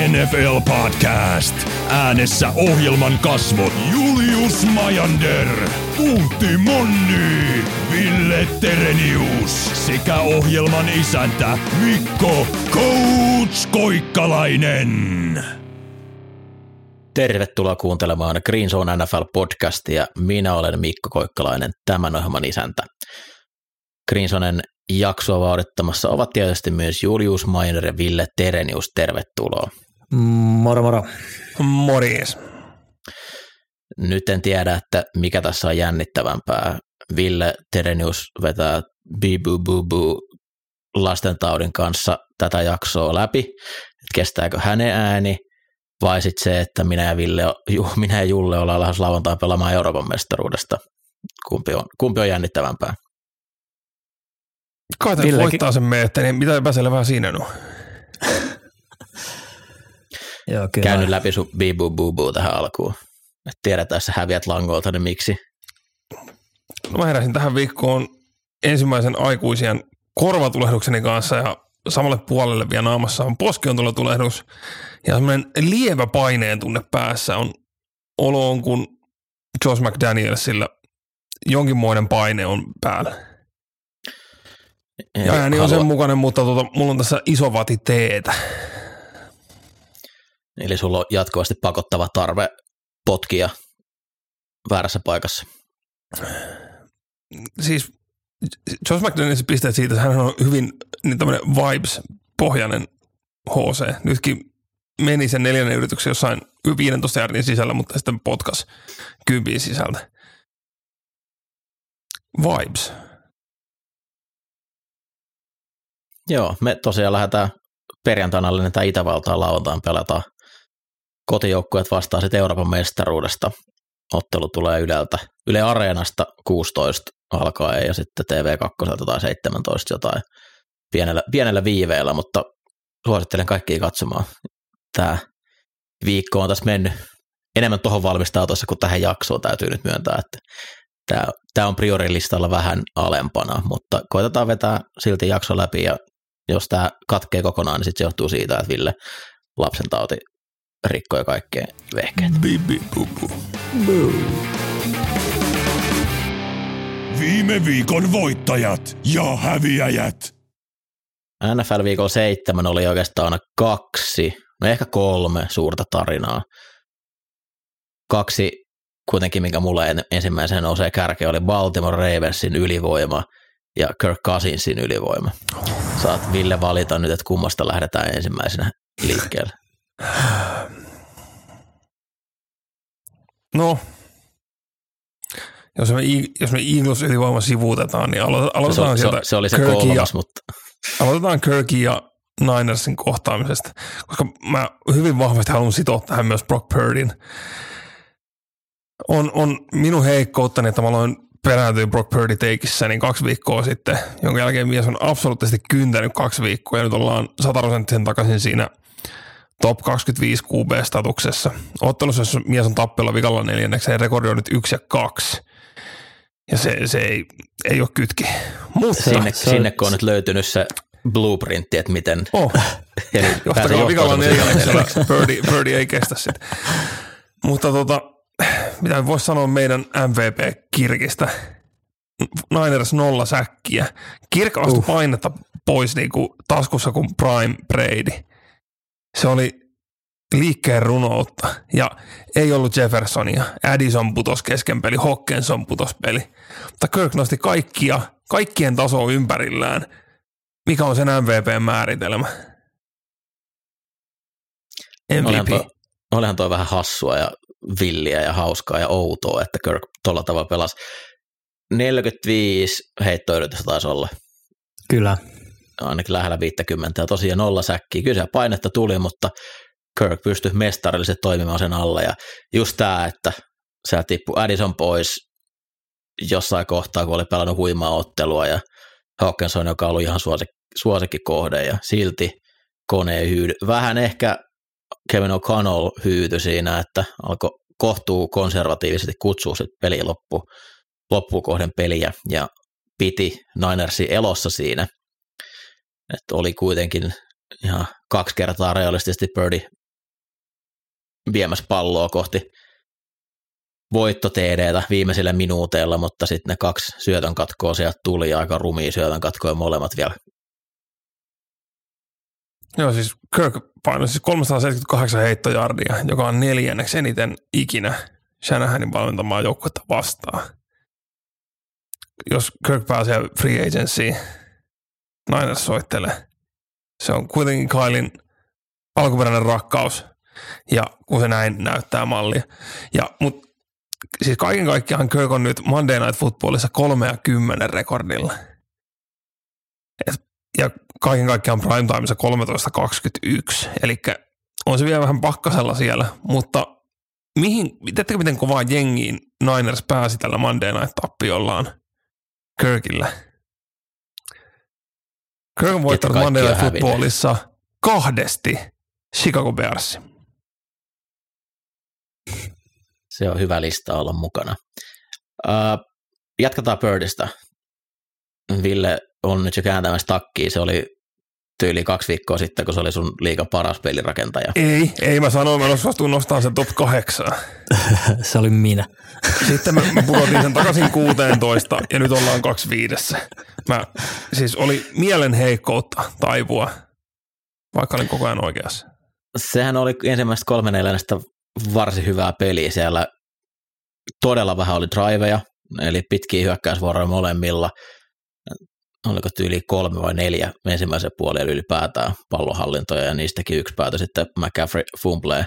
NFL Podcast. Äänessä ohjelman kasvot Julius Majander, Puhti Monni, Ville Terenius sekä ohjelman isäntä Mikko Coach Koikkalainen. Tervetuloa kuuntelemaan Green Zone NFL Podcastia. Minä olen Mikko Koikkalainen, tämän ohjelman isäntä. Green Zonen jaksoa vauhdittamassa ovat tietysti myös Julius Majander ja Ville Terenius. Tervetuloa. Moro moro. Morjes. Nyt en tiedä, että mikä tässä on jännittävämpää. Ville Terenius vetää bibu lastentaudin kanssa tätä jaksoa läpi, että kestääkö hänen ääni, vai sitten se, että minä ja Julle ollaan lähes lauantain pelaamaan Euroopan mestaruudesta. Kumpi on jännittävämpää? Kai te voittaa sen meitä, niin mitä epäselvää siinä on? Joo, kyllä. Käynyt läpi sun bibu tähän alkuun. Et tiedetään, jos sä häviät langolta, niin miksi? No mä heräsin tähän viikkoon ensimmäisen aikuisien korvatulehdukseni kanssa ja samalle puolelle vielä naamassa on poskiontulotulehdus ja semmoinen lievä paineen tunne päässä on olo kun Josh McDanielsillä jonkinmoinen paine on päällä. Ja ääni on sen mukainen, mutta mulla on tässä iso vati teetä. Eli sulla on jatkuvasti pakottava tarve potkia väärässä paikassa. Siis Josh McDaniels pisteet siitä, että hän on hyvin niin tämmöinen vibes-pohjainen HC. Nytkin meni sen 4. yrityksen jossain 15 jardin sisällä, mutta sitten potkas 10 sisältä. Vibes. Joo, me tosiaan lähdetään perjantaina lennetään Itävaltaan, lauantain pelataan. Kotijoukkueet vastaa sitten Euroopan mestaruudesta. Ottelu tulee Yle Areenasta 16 alkaen ja sitten TV2 tai 17 jotain pienellä viiveellä, mutta suosittelen kaikkia katsomaan. Tämä viikko on tässä mennyt enemmän tuohon valmistautuessa kuin tähän jaksoon, täytyy nyt myöntää, että tämä on priorilistalla vähän alempana, mutta koitetaan vetää silti jakso läpi ja jos tämä katkee kokonaan, niin sitten se johtuu siitä, että Ville lapsentauti rikkoi kaikkea vehkeet. Viime viikon voittajat ja häviäjät. NFL-viikolla 7 oli oikeastaan 2, ehkä 3 suurta tarinaa. 2 kuitenkin, minkä mulle ensimmäisenä nousee kärkeen, oli Baltimore Ravensin ylivoima ja Kirk Cousinsin ylivoima. Saat Ville valita nyt, että kummasta lähdetään ensimmäisenä liikkeelle. No, jos me Eagles ylivoima sivuutetaan, niin aloitetaan sieltä se oli se kolmas, mutta aloitetaan Kirkin ja Ninersin kohtaamisesta, koska mä hyvin vahvasti haluan sitoa tähän myös Brock Purdyn. On minun heikkouttani, että mä aloin perääntyä Brock Purdy teikissä niin 2 viikkoa sitten, jonka jälkeen mies on absoluuttisesti kyntänyt 2 viikkoa ja nyt ollaan 100% takaisin siinä top 25 QB-statuksessa. Ottelussa, jos mies on tappella vikalla 4, ja rekordi on nyt 1-2. Ja se ei ole kytki. Mutta sinne kun on nyt löytynyt se blueprintti, että miten johtakaa vikalla 4, Purdy ei kestä sitä. Mutta mitä voisi sanoa meidän MVP-Kirkistä? Niners 0 säkkiä. Kirk astui painetta pois niinku taskussa kuin Prime Brady. Se oli liikkeen runoutta ja ei ollut Jeffersonia. Addison putos kesken peli, Hockenson putos peli. Mutta Kirk nosti kaikkien tasoa ympärillään. Mikä on sen MVP-määritelmä? MVP. Olihan toi vähän hassua ja villiä ja hauskaa ja outoa, että Kirk tuolla tavalla pelasi. 45 heittoyritystä taisi olla. Kyllä. Ainakin lähellä 50 ja tosiaan 0 säkkiä. Kyllä se painetta tuli, mutta Kirk pystyi mestarillisesti toimimaan sen alla. Ja just tämä, että se tippui Addison pois jossain kohtaa, kun oli pelannut huimaa ottelua ja Hawkinson, joka oli ihan suosikkikohde ja silti kone ei hyydy. Vähän ehkä Kevin O'Connell hyytyi siinä, että alkoi kohtuu konservatiivisesti kutsua sitten peli loppukohden peliä ja piti Ninersin elossa siinä. Että oli kuitenkin ihan 2 kertaa realistisesti Purdy viemässä palloa kohti voitto-TD:tä viimeisillä minuuteilla, mutta sitten ne 2 syötön katkoa sieltä tuli ja aika rumia syötön katkoja molemmat vielä. Joo, siis Kirk painoi siis 378 heittojardia, joka on 4. eniten ikinä Shanahanin valmentamaa joukkuetta vastaan. Jos Kirk pääsee free agencyin, Niners soittelee. Se on kuitenkin Kylen alkuperäinen rakkaus, ja kun se näin näyttää mallia. Mutta siis kaiken kaikkiaan Kirk on nyt Monday Night Footballissa 3-10 rekordilla. Ja kaiken kaikkiaan primetimeissa 13-21, eli on se vielä vähän pakkasella siellä, mutta tiedättekö miten kovaa jengiin Niners pääsi tällä Monday Night-tappiollaan Kirkillä? Kirk on voittanut Monday Night Footballissa 2 Chicago Bears. Se on hyvä lista olla mukana. Jatketaan Birdistä. Ville on nyt jo kääntämässä takkiin. Se oli tyyli 2 viikkoa sitten, kun se oli sun liigan paras pelirakentaja. Ei mä sanoin, mä suostun nostamaan sen top 8. Se oli minä. Sitten mä pudotin sen takaisin 16 ja nyt ollaan 25. Siis oli mielen heikkoutta taipua, vaikka olin koko ajan oikeassa. Sehän oli ensimmäistä 3/4 varsin hyvää peliä. Siellä todella vähän oli driveja, eli pitkiä hyökkäysvuoroja molemmilla. Oliko tyyli 3 vai 4 ensimmäisen puolella ylipäätään pallonhallintoja, ja niistäkin 1 päätö sitten McCaffrey fumblee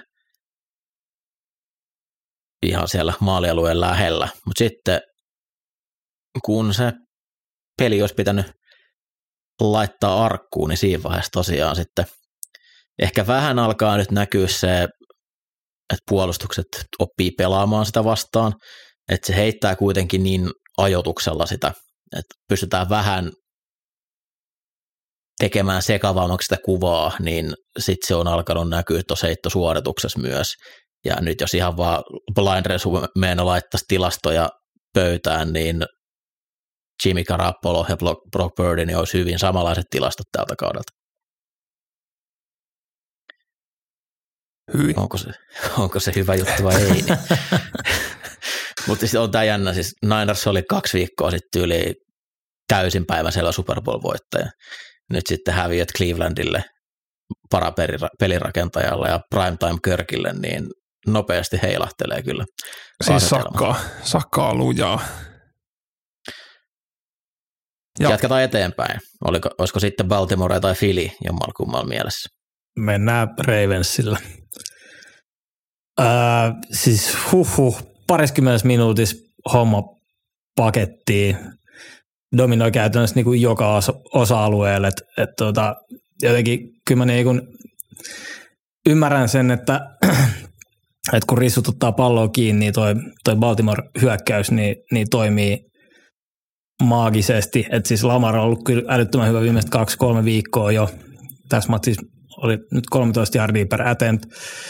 ihan siellä maalialueen lähellä. Mutta sitten kun se peli olisi pitänyt laittaa arkkuun, niin siinä vaiheessa tosiaan sitten ehkä vähän alkaa nyt näkyä se, että puolustukset oppii pelaamaan sitä vastaan, että se heittää kuitenkin niin ajoituksella sitä, että pystytään vähän tekemään sekavammaksi sitä kuvaa, niin sitten se on alkanut näkyä tuossa heittosuorituksessa myös. Ja nyt jos ihan vaan blind resumeena laittaisi tilastoja pöytään, niin Jimmy Garoppolo ja Brock Purdy niin olisi hyvin samanlaiset tilastot tältä kaudelta. Hyi. Onko se hyvä juttu vai ei? Niin. Mutta sitten on tämä jännä, siis Niners oli 2 viikkoa sitten yli täysin päiväisellä Super Bowl-voittaja. Nyt sitten häviöt Clevelandille, parapelirakentajalle ja primetime Kirkille, niin nopeasti heilahtelee kyllä. Siis sakkaa lujaa. Ja. Jatketaan eteenpäin. Olisiko sitten Baltimore tai Philly jommalla kummalla mielessä? Mennään Ravensilla. Siis pariskymmenessä minuutissa homma pakettiin. Dominoi käytännössä niin kuin joka osa-alueella. Jotenkin kyllä mä niin kuin ymmärrän sen, että kun rissututtaa palloa kiinni, niin toi Baltimore-hyökkäys niin toimii maagisesti. Et siis Lamar on ollut kyllä älyttömän hyvä viimeiset 2-3 viikkoa jo. Tässä matsissa oli nyt 13 yardia per attempt.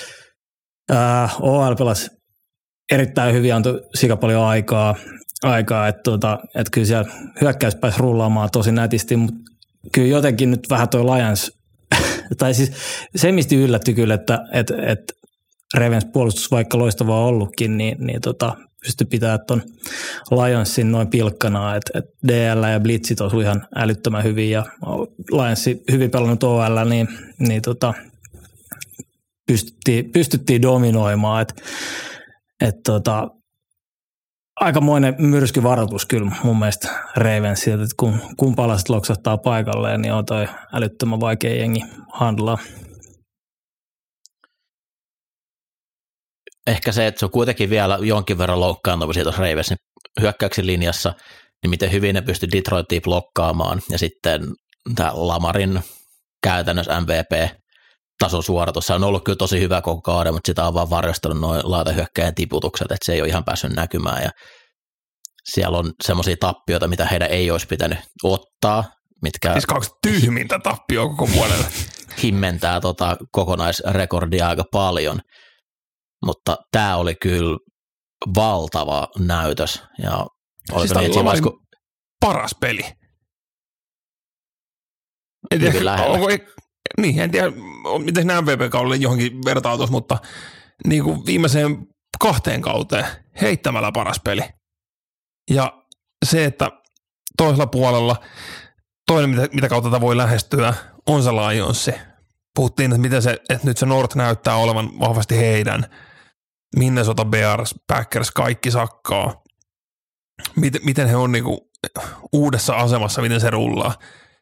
OL pelasi erittäin hyvin, antoi sika paljon aikaa että kyllä siellä hyökkäys pääsi rullaamaan tosi nätisti, mutta kyllä jotenkin nyt vähän toi Lions, tai siis se mistä yllätty kyllä, että Ravens puolustus vaikka loistavaa ollutkin, niin pystyi pitämään ton Lionsin noin pilkkana, että DL ja Blitzit osu ihan älyttömän hyvin ja Lionsi hyvin pelannut OL, niin pystyttiin dominoimaan, että aikamoinen myrskyvaroitus kyllä mun mielestä Ravensilta, että kun palaset loksahtaa paikalleen, niin on toi älyttömän vaikea jengi handlaa. Ehkä se, että se on kuitenkin vielä jonkin verran loukkaantumisia tuossa Ravensin hyökkäyksen linjassa, niin miten hyvin ne pystyi Detroitia blokkaamaan, ja sitten tämä Lamarin käytännössä MVP-tason suoritus, se on ollut kyllä tosi hyvä koko kauden, mutta sitä on vaan varjostanut noin laitahyökkäjän tiputukset, että se ei ole ihan päässyt näkymään, ja siellä on semmoisia tappioita, mitä heidän ei olisi pitänyt ottaa, mitkä siis 2 tyhmintä tappioa koko vuodelle. Himmentää kokonaisrekordia aika paljon. Mutta tämä oli kyllä valtava näytös. Ja siis tämä oli paras peli. En tiedä, en tiedä miten nämä MVP-kaudelle johonkin vertautus, mutta niin kuin viimeiseen 2 kauteen heittämällä paras peli. Ja se, että toisella puolella toinen, mitä kautta tätä voi lähestyä, on se Lionsi. Puhuttiin, että nyt se North näyttää olevan vahvasti heidän. Minnesota Bears, Packers, kaikki sakkaa. Miten he on niinku uudessa asemassa, miten se rullaa.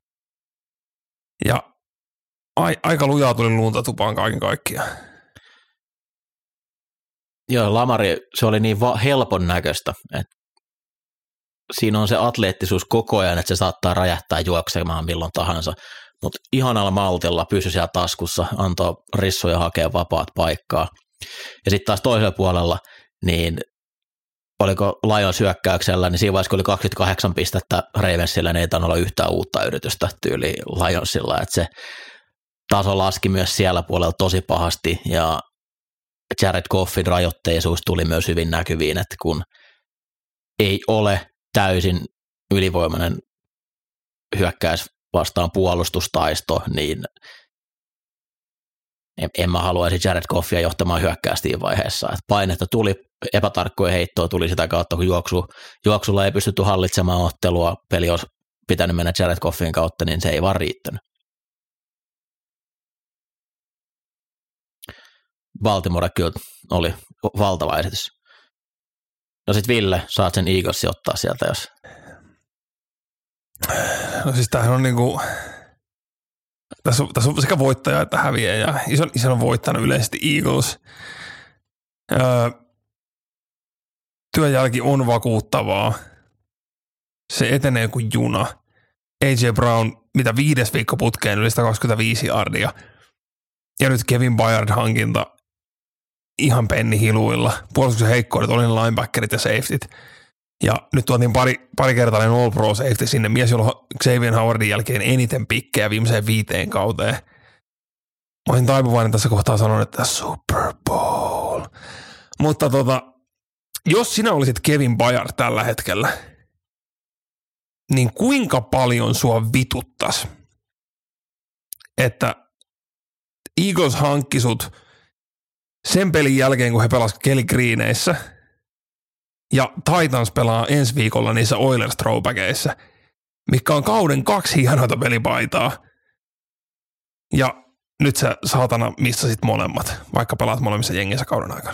Ja aika lujaa tuli lunta tupaan kaiken kaikkiaan. Joo, Lamari, se oli niin helpon näköistä, että siinä on se atleettisuus koko ajan, että se saattaa räjähtää juoksemaan milloin tahansa, mutta ihanalla maltilla pysyi siellä taskussa, antoi rissuja hakea vapaat paikkaa. Ja sitten taas toisella puolella, niin oliko Lions hyökkäyksellä, niin siinä vaiheessa, kun oli 28 pistettä Ravensillä, niin ei tainnut olla yhtään uutta yritystä tyyli Lionsilla, että se taso laski myös siellä puolella tosi pahasti, ja Jared Goffin rajoitteisuus tuli myös hyvin näkyviin, että kun ei ole täysin ylivoimainen hyökkäys vastaan puolustustaisto, niin en mä haluaisi Jared Goffia johtamaan hyökkäystiin vaiheessa. Että painetta tuli, epätarkkoja heittoa tuli sitä kautta, kun juoksulla ei pystytty hallitsemaan ottelua, peli olisi pitänyt mennä Jared Goffin kautta, niin se ei vaan riittänyt. Baltimore kyllä oli valtava esitys. No sit Ville, saat sen Eaglesin ottaa sieltä, jos... No siis tämähän on niinku... Tässä on sekä voittaja että häviäjä, ja iso on voittanut yleisesti Eagles. Työjälki on vakuuttavaa. Se etenee kuin juna. A.J. Brown, mitä 5. viikko putkeen, yli 125 yardia. Ja nyt Kevin Byard-hankinta ihan pennihiluilla. Puolustuksen heikkoudet oli ne linebackerit ja safetyt. Ja nyt tuotiin pari kertainen All Pro safety sinne. Mies, jolla on Xavier Howardin jälkeen eniten pikkejä viimeiseen 5 kauteen. Mä olisin taipuvainen tässä kohtaa sanoa, että Super Bowl. Mutta jos sinä olisit Kevin Byard tällä hetkellä, niin kuinka paljon sua vituttas, että Eagles hankki sut sen pelin jälkeen, kun he pelasivat Kelly Greeneissä, ja Titans pelaa ensi viikolla niissä Oilers throwbackeissa, mikä on kauden 2 hienoita pelipaitaa. Ja nyt sä saatana missasit molemmat, vaikka pelaat molemmissa jengissä kauden aikana.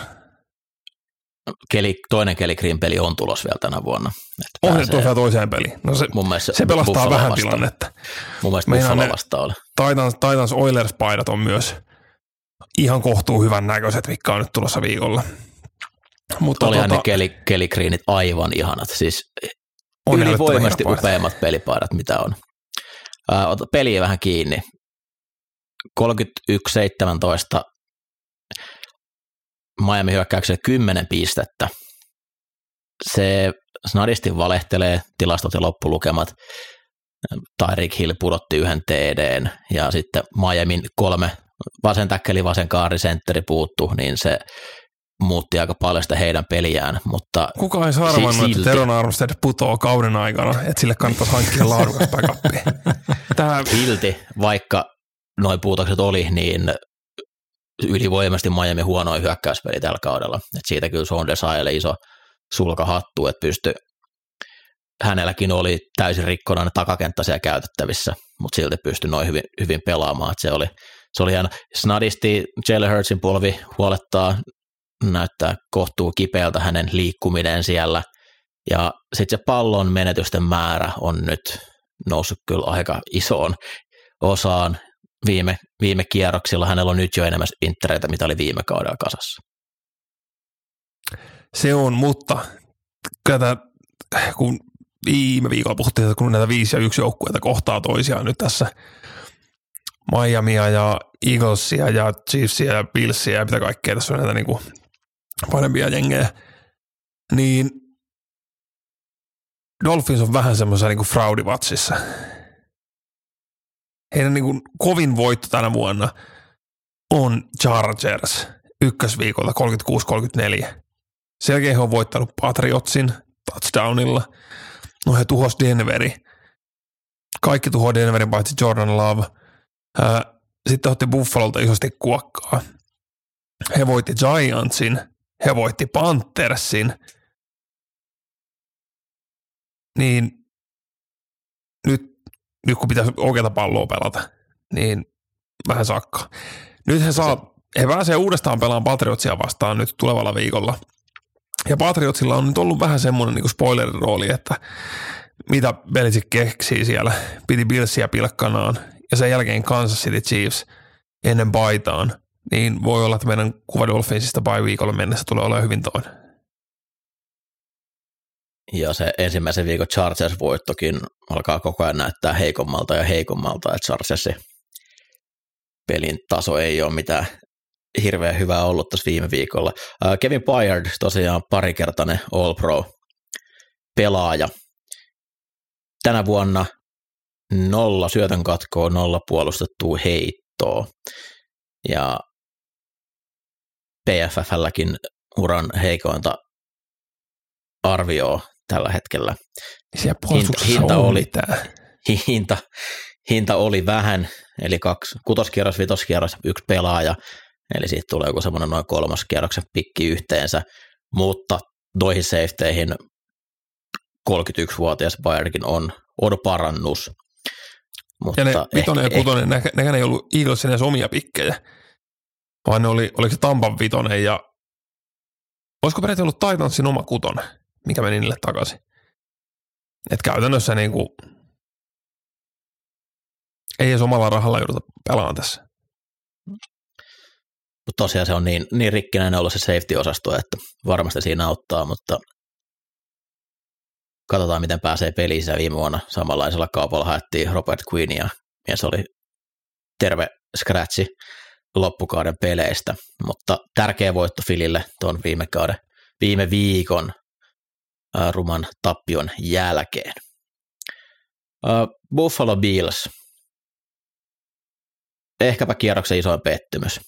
Toinen Kelly Green peli on tulos vielä tänä vuonna. On se tosiaan toiseen peliin. No se pelastaa Buffalo vähän vastaan. Tilannetta. Mun mielestä Buffalo vastaan oli. Titans Oilers-paidat on myös ihan kohtuu hyvän näköiset, mitkä on nyt tulossa viikolla. Mutta olihan ne Kelly Greenit aivan ihanat. Siis ylivoimaisesti upeimmat pelipaidat, mitä on. Ota peliä vähän kiinni. 31-17 Miami hyökkäykselle 10 pistettä. Se snadisti valehtelee tilastot ja loppulukemat. Tyreek Hill pudotti 1 TD:n ja sitten Miamin 3 vasen täkkeli, vasen kaari, sentteri puuttu, niin se muutti aika paljon sitä heidän peliään. Mutta kuka ei arvannut, että Teron Armstead putoo kauden aikana, että sille kannattaisi hankkia laadukas backuppi. Silti, vaikka noi puutokset oli, niin ylivoimasti Miami huonoin hyökkäyspeli tällä kaudella. Et siitä kyllä Sean Desaille iso sulkahattu, että hänelläkin oli täysin rikkonainen takakenttä siellä käytettävissä, mutta silti pystyi noin hyvin pelaamaan. Et se oli hieno. Snadisti Jalen Hurtsin polvi huolettaa, näyttää kohtuu kipeältä hänen liikkuminen siellä. Ja sitten se pallon menetysten määrä on nyt noussut kyllä aika isoon osaan. Viime kierroksilla hänellä on nyt jo enemmän inttereitä, mitä oli viime kaudella kasassa. Se on, mutta kun viime viikolla puhuttiin, että kun näitä 5 ja 1 joukkueita kohtaa toisiaan nyt tässä Miamia ja Eaglesia ja Chiefsia ja Billsia ja mitä kaikkea, tässä on näitä niinku parempia jengejä, niin Dolphins on vähän semmoisessa niinku fraudivatsissa. Heidän niinku kovin voitto tänä vuonna on Chargers ykkösviikolla 36-34. Sen jälkeen he on voittanut Patriotsin touchdownilla. No he tuhos Denveri. Kaikki tuhoaa Denverin paitsi Jordan Love. Sitten otti Buffalolta isosti kuokkaa. he voitti Giantsin, he voitti Panthersin, niin nyt kun pitäisi oikeata palloa pelata, niin vähän sakkaa. Nyt he pääsee uudestaan pelaamaan Patriotsia vastaan nyt tulevalla viikolla. Ja Patriotsilla on nyt ollut vähän semmoinen niin kuin spoiler-rooli, että mitä Belichick keksii siellä. Piti Billsia pilkkanaan ja sen jälkeen Kansas City Chiefs ennen baitaan. Niin voi olla, että meidän kuva Dolphinsista bye viikolla mennessä tulee olemaan hyvin toinen. Ja se ensimmäisen viikon Chargers-voittokin alkaa koko ajan näyttää heikommalta ja heikommalta, että Chargersin pelin taso ei ole mitään hirveän hyvää ollut tässä viime viikolla. Kevin Byard tosiaan parikertainen All-Pro-pelaaja. Tänä vuonna 0 syötön katkoa, 0 puolustettua heittoa. Ja PFFlläkin uran heikointa arvioa tällä hetkellä. Hinta oli vähän, eli 2 kutoskierros, vitoskierros, 1 pelaaja, eli siitä tulee joku semmoinen noin 3. kierroksen pikki yhteensä, mutta noihin safetyihin 31-vuotias Byardkin on parannus. Mutta ja ne vitonen ja kutonen, nekään ei ollut Eaglesin edes omia pikkejä, vaan ne oliko se Tampan vitonen ja olisiko peräti ollut Titansin oma kutonen, mikä meni niille takaisin. Että käytännössä niinku ei edes omalla rahalla jouduta pelaamaan tässä. Mutta tosiaan se on niin rikkinäinen ollut se safety-osasto, että varmasti siinä auttaa, mutta katsotaan, miten pääsee peliin. Viime vuonna samanlaisella kaupalla haettiin Robert Quinnia, ja se oli terve scratchi loppukauden peleistä, mutta tärkeä voitto Philille tuon viime viikon ruman tappion jälkeen. Buffalo Bills. Ehkäpä kierroksen isoin pettymys.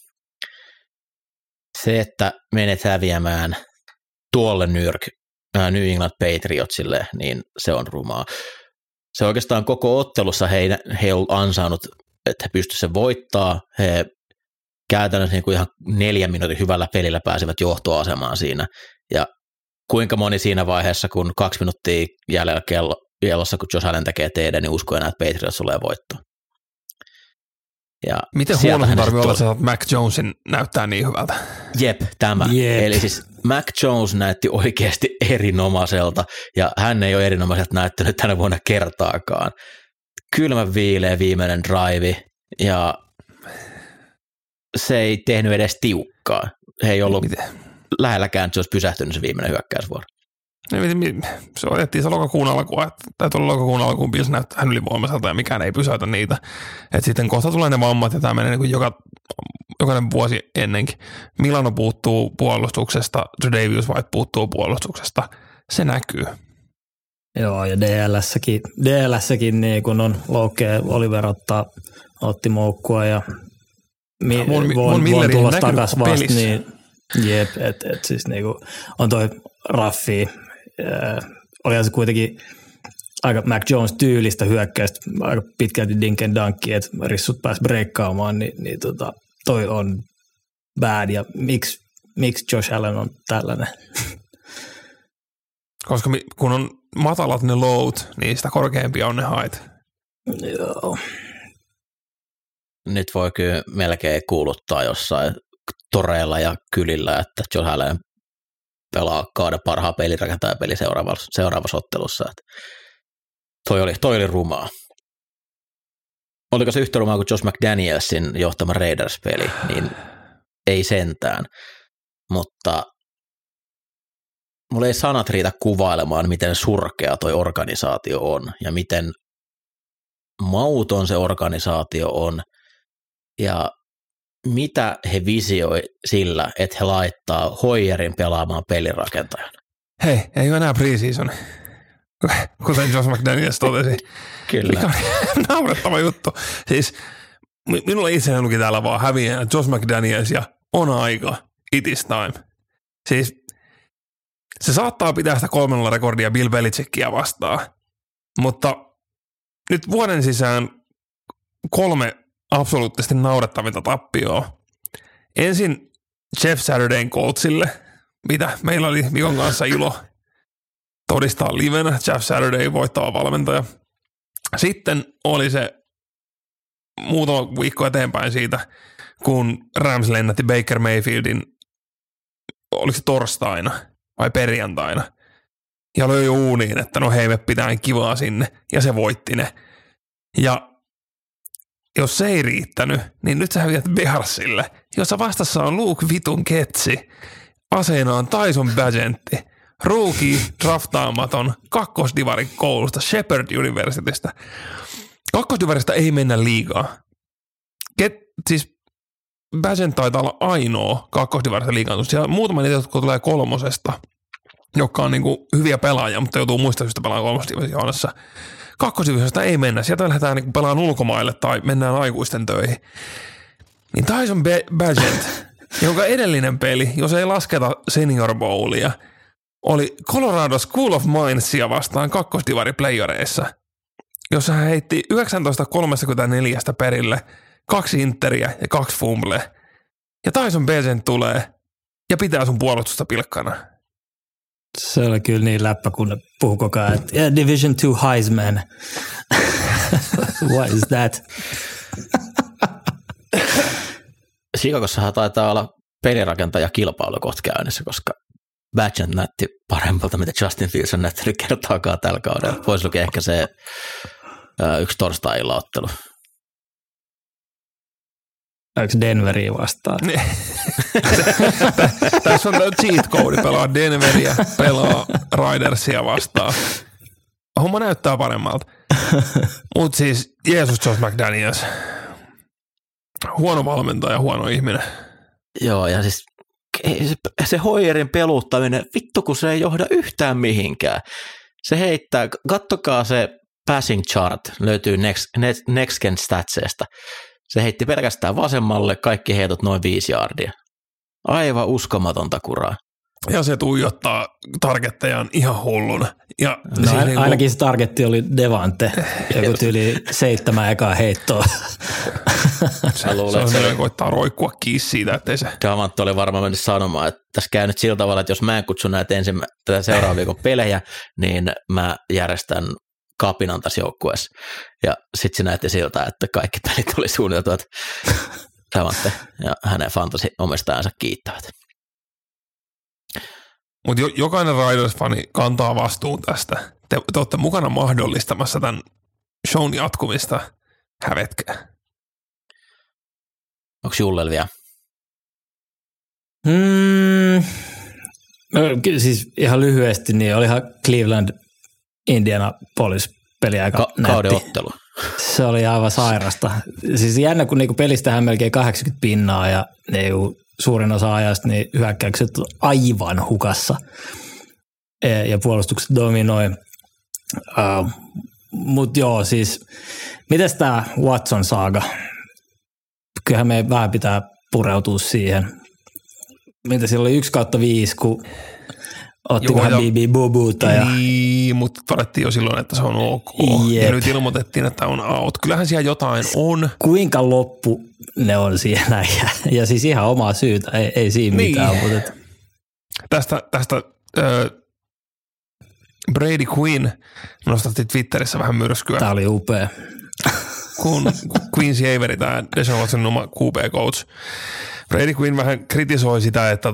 Se, että menet häviämään tuolle New England Patriotsille, niin se on rumaa. Se oikeastaan koko ottelussa he ei ollut ansainnut, että he pystyivät sen voittaa. He käytännössä niin kuin ihan 4 minuutin hyvällä pelillä pääsivät johtoasemaan siinä. Ja kuinka moni siinä vaiheessa, kun 2 minuuttia jäljellä kellossa, kun Josh Allen tekee teidän, niin uskoo enää, että Patriots tulee voittoon. Ja miten huono sun tarvii olla, että Mac Jonesin näyttää niin hyvältä? Jep, tämä. Jep. Eli siis Mac Jones näytti oikeasti erinomaiselta, ja hän ei ole erinomaiselta näyttänyt tänä vuonna kertaakaan. Kylmän viileä viimeinen drive, ja se ei tehnyt edes tiukkaa. He ei ollut lähelläkään, että se olisi pysähtynyt se viimeinen hyökkäysvuoro. Se otettiin se lokakuun alkuun, tai tuolla lokakuun alkuun Bills näyttää hän ylivoimaiselta ja mikään ei pysäytä niitä. Et sitten kohta tulee ne vammat ja tämä menee niin kuin jokainen vuosi ennenkin. Milano puuttuu puolustuksesta, Tre'Davious White puuttuu puolustuksesta. Se näkyy. Joo, ja DLS-säkin niin kun on loukea, Oliver otti moukkua ja Von tulossa takaisin vasta, niin jep, et siis niinku on toi Raffi, olihan se kuitenkin aika Mac Jones tyylistä hyökkäystä, aika pitkälti dink and dunkia, että rissut pääsi breikkaamaan, niin toi on bad, ja miksi Josh Allen on tällainen? Koska kun on matalat ne load, niin sitä korkeampia on ne hait. Joo. Nyt voi kyllä melkein kuuluttaa jossain toreilla ja kylillä, että Josh Allen pelaa kauden parhaan pelirakentajan seuraavassa ottelussa. Toi oli rumaa. Oliko se yhtä rumaa kuin Josh McDanielsin johtama Raiders-peli, niin ei sentään. Mutta mulla ei sanat riitä kuvailemaan, miten surkea toi organisaatio on ja miten mauton se organisaatio on ja mitä he visioi sillä, että he laittaa Hoyerin pelaamaan pelirakentajan. Hei, ei ole enää preseason, kuten Josh McDaniels totesi. Kyllä. Mikä on naurettava juttu. Siis minulla itseäni luki täällä vaan häviää Josh McDaniels ja on aika, it is time. Siis se saattaa pitää sitä 3-0 rekordia Bill Belichickia vastaan, mutta nyt vuoden sisään 3 absoluuttisesti naurettavinta tappioa. Ensin Jeff Saturdayn Coltsille, mitä meillä oli Mikon kanssa ilo todistaa livenä. Jeff Saturday voittava valmentaja. Sitten oli se muutama viikko eteenpäin siitä, kun Rams lennätti Baker Mayfieldin, oliko se torstaina vai perjantaina, ja löi uuniin, että no hei, me pitää kivaa sinne, ja se voitti ne. Ja jos se ei riittänyt, niin nyt sä häviät Bearsille, jossa vastassa on Luke vitun Ketsi, aseena on Tyson Bagentti, rookie draftaamaton kakkosdivarin koulusta Shepherd Universitystä. Kakkosdivarista ei mennä liigaa. Siis Bagent taitaa olla ainoa kakkosdivarista liigaan. Siellä on muutama niitä, jotka tulee kolmosesta, jotka on niinku hyviä pelaajia, mutta joutuu muista syystä pelaamaan kolmosdivisioonassa. Kakkosdivisioonasta ei mennä. Sieltä lähdetään niinku pelaamaan ulkomaille tai mennään aikuisten töihin. Niin Tyson Bagent, jonka edellinen peli, jos ei lasketa Senior Bowlia, oli Colorado School of Minesia vastaan kakkosdivari playereissa, jossa hän heitti 19.34 perille, 2 interiä ja 2 fumble. Ja Tyson Bagent tulee ja pitää sun puolustusta pilkkana. Se oli kyllä niin läppä, kun ne puhuu koko ajan, että yeah, Division 2 Heisman. What is that? Chicagossahan taitaa olla pelirakentajakilpailu kohta käynnissä, koska Bagent näytti paremmalta, mitä Justin Fields on näyttänyt kertaakaan tällä kaudella. Voisi lukea ehkä se yksi torstai-illaottelu. Onko Denveriä vastaan? Tässä on cheat code, pelaa Denveriä, pelaa Ridersia vastaan. Homma näyttää paremmalta. Mutta siis Jeesus Josh McDaniels, huono valmentaja, huono ihminen. Joo, ja siis se Hoyerin peluuttaminen, vittu kun se ei johda yhtään mihinkään. Se heittää, kattokaa se passing chart, löytyy Next Gen Statsista. Se heitti pelkästään vasemmalle, kaikki heitot noin 5 yardia. Aivan uskomatonta kuraa. Ja se tuijottaa targettejaan ihan hulluna. Ja no ainakin se targetti oli Devante, joku tyyli 7 ekaa heittoa. Se koittaa roikkua kiinni siitä, ettei se. Devante oli varmaan mennyt sanomaan, että tässä käy nyt sillä tavalla, että jos mä en kutsu näitä tätä seuraavan viikon pelejä, niin mä järjestän kapinan tässä joukkueessa. Ja sitten se näytti siltä, että kaikki pelit oli suunniteltu, että Devante ja hänen fantasy-omistajansa kiittävät. Mutta jokainen Raiders-fani kantaa vastuun tästä. Te olette mukana mahdollistamassa tämän shown jatkumista. Hävetkää. Onko Jullel vielä? Siis ihan lyhyesti, niin olihan Cleveland Indianapolis peli aika kauden ottelu. Se oli aivan sairasta. Siis jännä, kun niinku pelistähän melkein 80 pinnaa ja niinku suurin osa ajasta niin hyökkäykset on aivan hukassa ja puolustukset dominoi. Mutta joo, siis mites tämä Watson-saaga? Kyllähän me vähän pitää pureutua siihen. Mitä siellä oli 1/5, kun ottikohan BB Bobuta. Niin, mutta todettiin jo silloin, että se on ok. Jep. Ja nyt ilmoitettiin, että on out. Kyllähän siellä jotain on. Kuinka loppu ne on siinä? Ja siis ihan omaa syytä, ei siinä niin mitään. Mutta Tästä Brady Quinn nostatti Twitterissä vähän myrskyä. Tämä oli upea. Kun Quincy Avery, tämä Deshaun Watsonin oma QB-coach, Brady Quinn vähän kritisoi sitä, että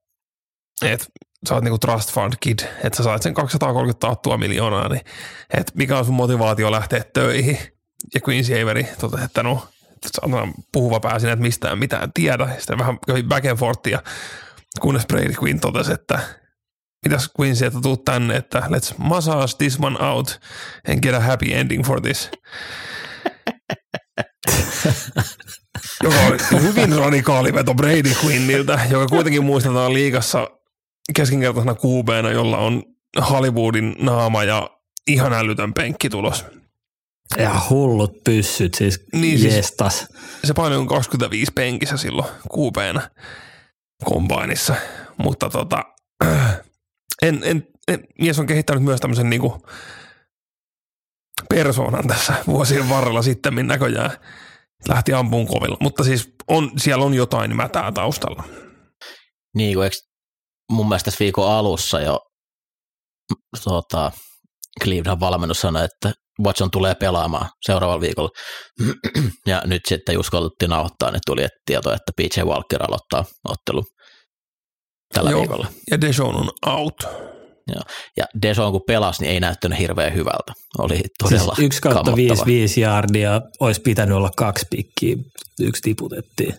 sä oot niinku trust fund kid, että sä saat sen 230 taattua miljoonaa, niin että mikä on sun motivaatio lähteä töihin. Ja Quincy Avery totesi, että no, puhuva pääsin, että mistään mitään tiedä. Sitten vähän kävi back and forthia, kunnes Brady Quinn totesi, että mitäs Quincy, että tuut tänne, että let's massage this one out and get a happy ending for this. Joka oli hyvin radikaali veto Brady Quinniltä, joka kuitenkin muistetaan liigassa keskinkertaisena QB:nä, jolla on Hollywoodin naama ja ihan älytön penkkitulos. Ja hullut pyssyt, siis niin jestas. Siis se paino on 25 penkissä silloin QB:nä kombainissa, mutta mies on kehittänyt myös tämmöisen niinku persoonan tässä vuosien varrella sitten näköjään. Lähti ampuun kovilla, mutta siis siellä on jotain mätää taustalla. Niin kuin, eikö mun mielestä tässä viikon alussa jo Cleveland valmennus sanoi, että Watson tulee pelaamaan seuraavalla viikolla. Ja nyt sitten uskallettiin nauhoittaa, niin tuli tieto, että PJ Walker aloittaa ottelu tällä viikolla. Ja Deshaun on out. Joo. Ja Deshaun kun pelasi, niin ei näyttänyt hirveän hyvältä. Oli todella siis 1/5 yardia olisi pitänyt olla 2 pikkiä, 1 tiputettiin.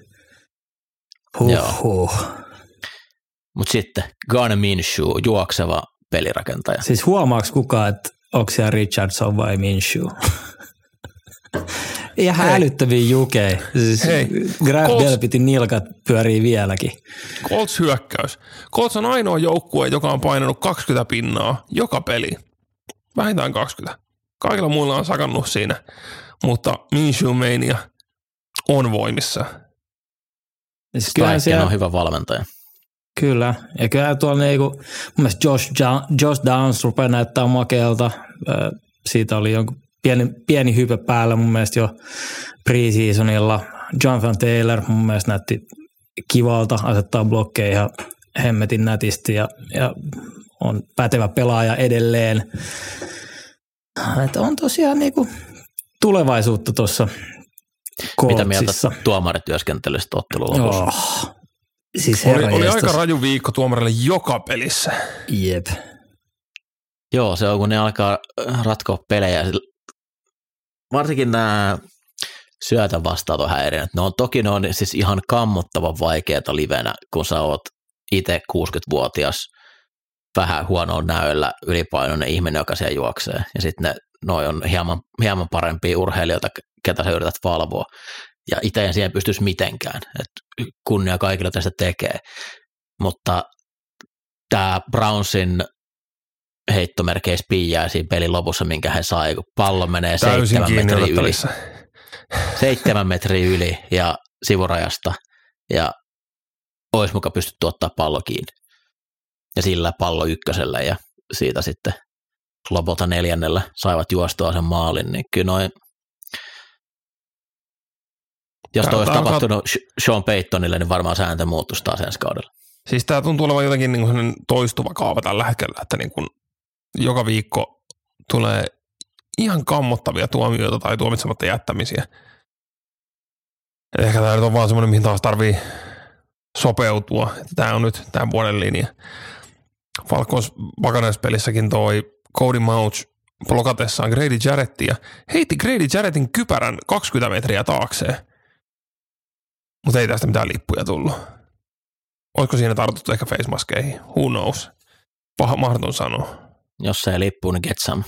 Mutta sitten Gardner Minshew, juokseva pelirakentaja. Siis huomaaks kukaan, että onko siellä Richardson vai Minshew? Ihan älyttäviä jukei. Siis Graf Delpitin nilkat pyörii vieläkin. Colts hyökkäys. Colts on ainoa joukkue, joka on painanut 20 pinnaa joka peli. Vähintään 20. Kaikilla muilla on sakannut siinä, mutta Minshew Mania on voimissa. Steichen on hyvä valmentaja. Kyllä, ja kyllä tuolla niinku, mun mielestä Josh Downs rupeaa näyttää makealta. Siitä oli jonkun pieni hype päällä mun mielestä jo preseasonilla. Jonathan Taylor mun mielestä näytti kivalta, asettaa blokkeja ihan hemmetin nätisti ja on pätevä pelaaja edelleen. Että on tosiaan niinku tulevaisuutta tuossa Coltsissa. Mitä mieltä tuomarityöskentelystä ottelun lopussa? Siis oli aika raju viikko tuomarille joka pelissä. Jep. Joo, se on kun ne alkaa ratkoa pelejä. Varsinkin nämä syötön vastaanoton häiriöt. Ne on siis ihan kammottavan vaikeata livenä, kun sä oot itse 60-vuotias, vähän huonoon näöllä ylipainoinen ihminen, joka siellä juoksee. Ja sitten noi on hieman parempia urheilijoita, ketä sä yrität valvoa. Ja itse en siihen pystyisi mitenkään, että kunnia kaikilla tästä tekee. Mutta tämä Brownsin heittomerkeissä piijää siinä pelin lopussa, minkä he sai, kun pallo menee 7 metriä yli ja sivurajasta, ja olisi muka pystytty ottaa pallo kiinni. Ja sillä pallo ykkösellä, ja siitä sitten lopulta 4. saivat juostua sen maalin, niin kyllä noin. Jos toi olisi tapahtunut Sean Paytonille, niin varmaan sääntö muuttuisi taas ensi kaudella. Siis tämä tuntuu olevan jotenkin niin kuin toistuva kaava tällä hetkellä, että niin kuin joka viikko tulee ihan kammottavia tuomioita tai tuomitsematta jättämisiä. Et ehkä tämä nyt on vaan semmoinen, mihin taas tarvii sopeutua. Tämä on nyt tämän vuoden linja. Falcons Buccaneers-pelissäkin toi Cody Mauch blokatessaan Grady Jarrettia heitti Grady Jarrettin kypärän 20 metriä taakseen. Mutta ei tästä mitään lippuja tullut. Olisiko siinä tartuttu ehkä facemaskeihin? Who knows? Paha mahdoton sanoa. Jos se ei lippu, niin get some.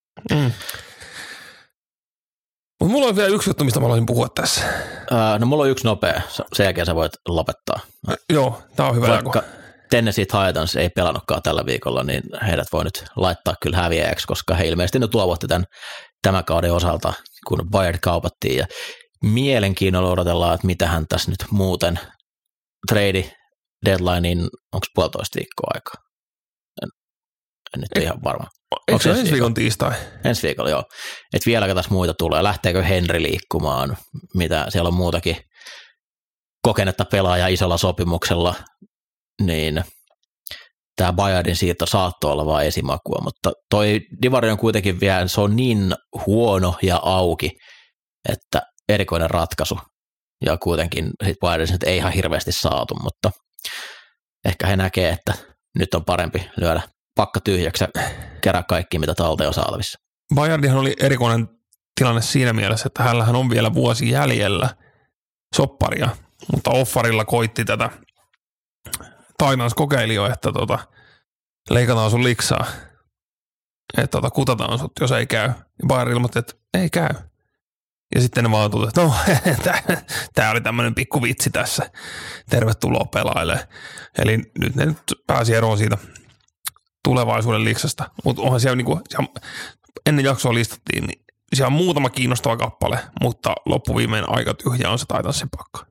Mutta mulla on vielä yksi juttu, mistä mä haluaisin puhua tässä. No mulla on yksi nopea. Sen jälkeen sä voit lopettaa. Joo, tää on hyvä jako. Tennessee Titans ei pelannutkaan tällä viikolla, niin heidät voi nyt laittaa kyllä häviäjäksi, koska he ilmeisesti nyt luovutti tämän kauden osalta, kun Bayard kaupattiin. Ja mielenkiinnolla odotellaan, että mitähän tässä nyt muuten trade deadlinein, onko 1,5 viikkoa aikaa? En nyt ihan varma. Eikö se ensi viikon tiistai? Ensi viikolla, joo. Että vieläkö tässä muita tulee? Lähteekö Henry liikkumaan? Mitä siellä on muutakin kokenetta pelaajaa isolla sopimuksella, niin tämä Bayardin siirto saattoi olla vain esimakua, mutta toi divari on kuitenkin vielä, se on niin huono ja auki, että erikoinen ratkaisu. Ja kuitenkin sit Bayardin nyt ei ihan hirveästi saatu, mutta ehkä he näkee, että nyt on parempi lyödä pakka tyhjäksi ja kerää kaikki, mitä talteen on saatavissa. Bayardihan oli erikoinen tilanne siinä mielessä, että hänellähän on vielä vuosi jäljellä sopparia, mutta offarilla koitti tätä Titans kokeili jo, että leikataan sun liksaa, että kutataan sut, jos ei käy. Ja Bayard ilmoitti, että ei käy. Ja sitten ne vaan tuli, että no, tämä oli tämmöinen pikku vitsi tässä. Tervetuloa pelaajalle. Eli nyt ne pääsi eroon siitä tulevaisuuden liksasta. Mutta onhan siellä, niinku, ennen jaksoa listattiin, niin siellä on muutama kiinnostava kappale, mutta loppuviimein aika tyhjä on se Titansin pakka.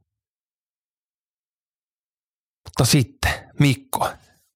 Mutta sitten, Mikko.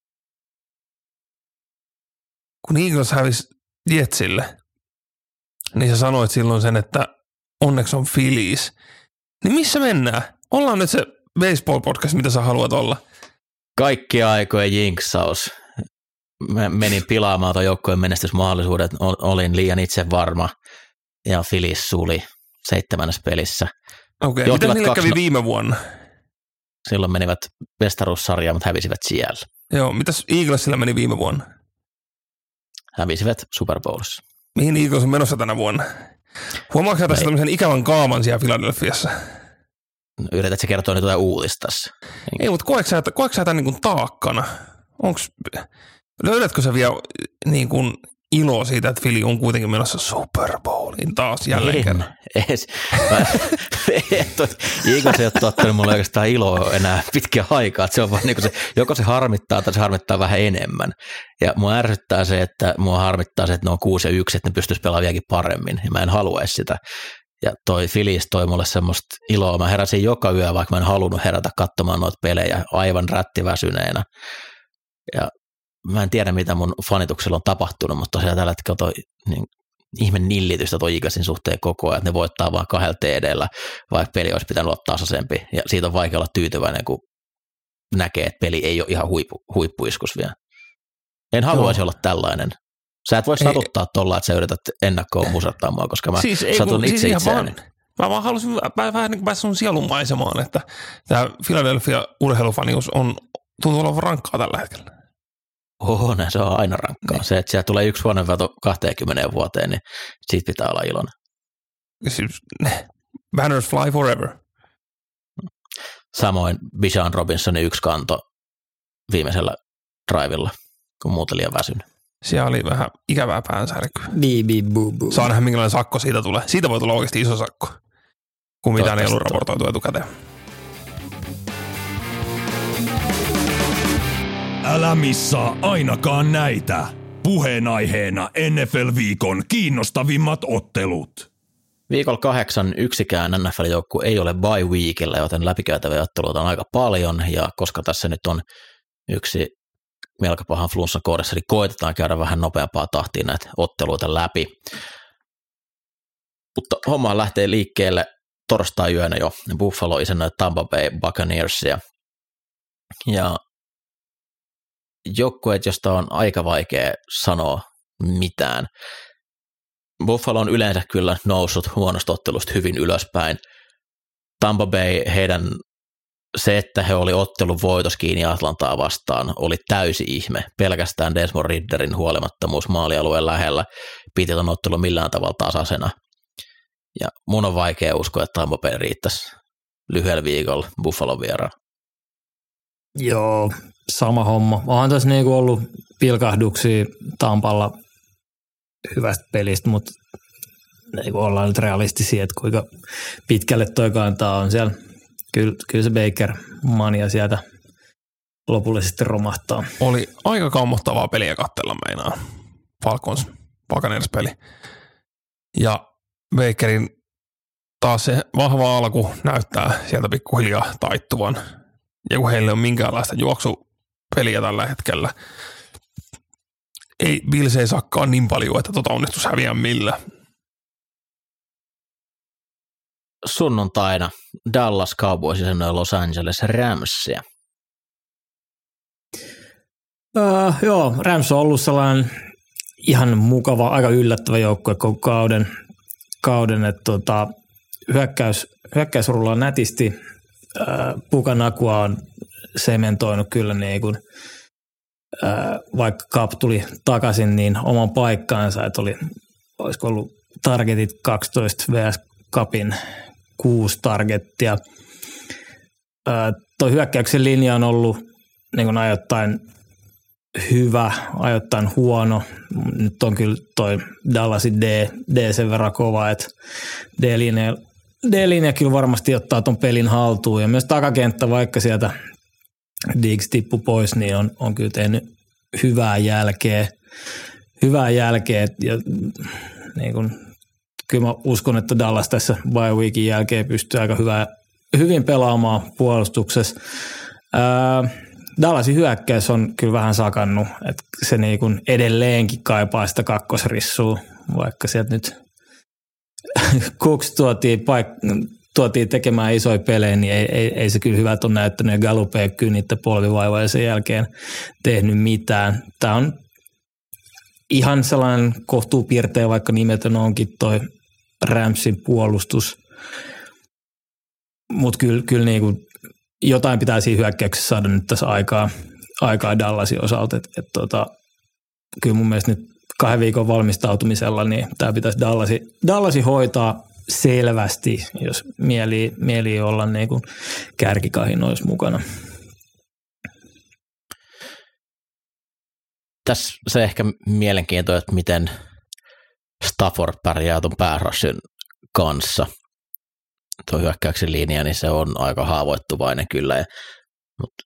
Kun Eagles hävisi Jetsille, niin sä sanoit silloin sen, että onneksi on Phillies. Niin missä mennään? Ollaan nyt se baseball-podcast, mitä sä haluat olla. Kaikki aikojen jinksaus. Mä menin pilaamaan tuon joukkojen menestysmahdollisuudet, olin liian itse varma ja Phillies suli 7. pelissä. Okei, mitä niille kävi viime vuonna? Silloin menivät mestaruussarjaan, mutta hävisivät siellä. Joo, mitäs Eaglesilla meni viime vuonna? Hävisivät Super Bowlissa. Mihin Eagles on menossa tänä vuonna? Huomaatko tässä tämmöisen ikävän kaaman siellä Philadelphiassa? Yritätkö kertoa nyt jotain uutista tässä? Ei, mutta koetko sä tämän niin kuin taakkana? Löydätkö sä vielä niin kuin iloa siitä, että Philly on kuitenkin menossa Super Bowliin taas jälleen kerran? Eagles ei ole tuottanut mulle oikeastaan iloa enää pitkän aikaa. Se on vaan niin kuin se, joko se harmittaa tai se harmittaa vähän enemmän. Ja mua ärsyttää se, että ne on 6 ja 1, että ne pystyisi pelaamaan vieläkin paremmin. Ja mä en haluaisi sitä. Ja toi Phillies toi mulle semmoista iloa. Mä heräsin joka yö, vaikka mä en halunnut herätä katsomaan noita pelejä aivan rättiväsyneenä. Ja mä en tiedä, mitä mun fanituksella on tapahtunut, mutta tosiaan tällä hetkellä toi niin, ihme nillitystä toi Eaglesin suhteen koko ajan, että ne voittaa vaan 2 TD:llä, vaikka peli olisi pitänyt olla tasaisempi. Ja siitä on vaikea olla tyytyväinen, kun näkee, että peli ei ole ihan huippuiskus vielä. En haluaisi olla tällainen. Sä et voi satuttaa tuolla, että sä yrität ennakkoon musattaa mua, koska mä satun itse itseäni. Mä vaan halusin vähän niin kuin päästä sun sielun maisemaan, että tämä Philadelphia urheilufanius tuntuu olevan rankkaa tällä hetkellä. Se on aina rankkaa. Se, että siellä tulee yksi huoneenveto 20 vuoteen, niin siitä pitää olla iloinen. Banners fly forever. Samoin Bijan Robinsonin yksi kanto viimeisellä drivilla, kun muuten liian väsynyt. Siellä oli vähän ikävää päänsärkyä. Bibi-bubu. Saa nähdä, minkälainen sakko siitä tulee. Siitä voi tulla oikeasti iso sakko, kun mitään ei ollut raportoitu etukäteen. Älä missaa ainakaan näitä. Puheenaiheena NFL-viikon kiinnostavimmat ottelut. Viikolla 8 yksikään NFL-joukku ei ole bye weekillä, joten läpikäytäviä otteluita on aika paljon, ja koska tässä nyt on yksi melko pahan flunssan kohdassa, niin koitetaan käydä vähän nopeampaa tahtia näitä otteluita läpi. Mutta homma lähtee liikkeelle torstai-yönä jo. Buffalo isännöi Tampa Bay Buccaneersia. Ja joukkueet, josta on aika vaikea sanoa mitään. Buffalo on yleensä kyllä noussut huonosta ottelusta hyvin ylöspäin. Tampa Bay, se, että he oli ottelun voitos kiinni Atlantaa vastaan, oli täysi ihme. Pelkästään Desmond Ridderin huolimattomuus maalialueen lähellä piti ton ottelun millään tavalla tasaisena. Ja mun on vaikea uskoa, että Tampa Bay riittäisi lyhyellä viikolla Buffalon vieraan. Joo, sama homma. Onhan tässä niinku ollut pilkahduksia Tampalla hyvästä pelistä, mutta niinku ollaan nyt realistisia, että kuinka pitkälle toi kantaa on siellä. Kyllä se Baker-mania sieltä lopullisesti romahtaa. Oli aika kammottavaa peliä katsella meinaa. Falcons Buccaneers-peli. Ja Bakerin taas se vahva alku näyttää sieltä pikkuhiljaa taittuvan. Ja kun heille on minkäänlaista juoksupeliä tällä hetkellä, Bills ei saakaan niin paljon, että onnistuisi häviää millä. Sunnuntaina Dallas Cowboys ja Los Angeles Ramsia. Joo, Rams on ollut sellainen ihan mukava, aika yllättävä joukkue koko kauden että hyökkäys rullaa nätisti. Pukanakua on sementoinut kyllä niin kuin, vaikka Cup tuli takaisin, niin oman paikkaansa, että olisiko ollut targetit 12 vs. Cupin 6 targettia. Tuo hyökkäyksen linja on ollut niin kuin ajoittain hyvä, ajoittain huono. Nyt on kyllä toi Dallasin D sen verran kova, että D-linja kyllä varmasti ottaa ton pelin haltuun. Ja myös takakenttä, vaikka sieltä Diggs tippui pois, niin on kyllä tehnyt hyvää jälkeä. Ja niin kun, kyllä mä uskon, että Dallas tässä bye weekin jälkeen pystyy aika hyvin pelaamaan puolustuksessa. Dallasin hyökkäys on kyllä vähän sakannut, että se niin kun edelleenkin kaipaa sitä kakkosrissua, vaikka sieltä nyt Cooks tuotiin tuotiin tekemään isoja pelejä, niin ei se kyllä hyvältä ole näyttänyt. Ja Gallup ei ole kyllä niiden polvivaivaa ja sen jälkeen tehnyt mitään. Tämä on ihan sellainen kohtuupiirtein, vaikka nimetön onkin toi Ramsin puolustus. Mutta kyllä niin kuin jotain pitää siinä hyökkäyksessä saada nyt tässä aikaa Dallasin osalta. Kyllä mun mielestä nyt 2 viikon valmistautumisella niin tämä pitäisi Dallasi hoitaa selvästi, jos mieli olla niin kuin kärkikahinoissa mukana. Tässä se ehkä mielenkiintoinen, että miten Stafford pärjää tuon pääsrushin kanssa. Tuo hyökkäyksen linja, niin se on aika haavoittuvainen kyllä. Mutta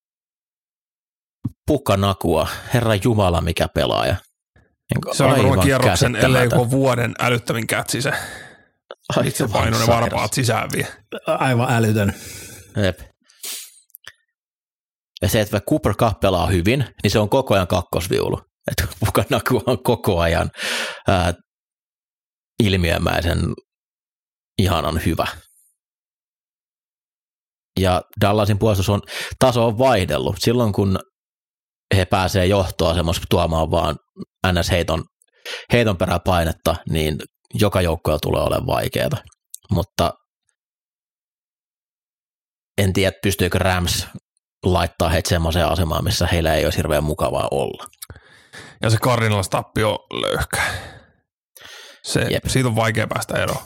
Puka Nakua, herran jumala mikä pelaaja. Se on varmaan kierroksen, ellei joku vuoden älyttömin kätsi se. Itse painoinen varpaat sisään vie. Aivan älytön. Jep. Ja se, että Cooper Cup pelaa hyvin, niin se on koko ajan kakkosviulu. Että Puka Nakua on koko ajan ilmiömäisen ihanan hyvä. Ja Dallasin puolustus taso on vaihdellut. Silloin kun he pääsee johtoasemassa tuomaan vaan heiton peräpainetta, niin joka joukkoja tulee olemaan vaikeaa. Mutta en tiedä, pystyykö Rams laittaa heitä semmoiseen asemaan, missä heillä ei olisi hirveän mukavaa olla. Ja se Cardinals tappio löyhkä. Siitä on vaikea päästä eroon.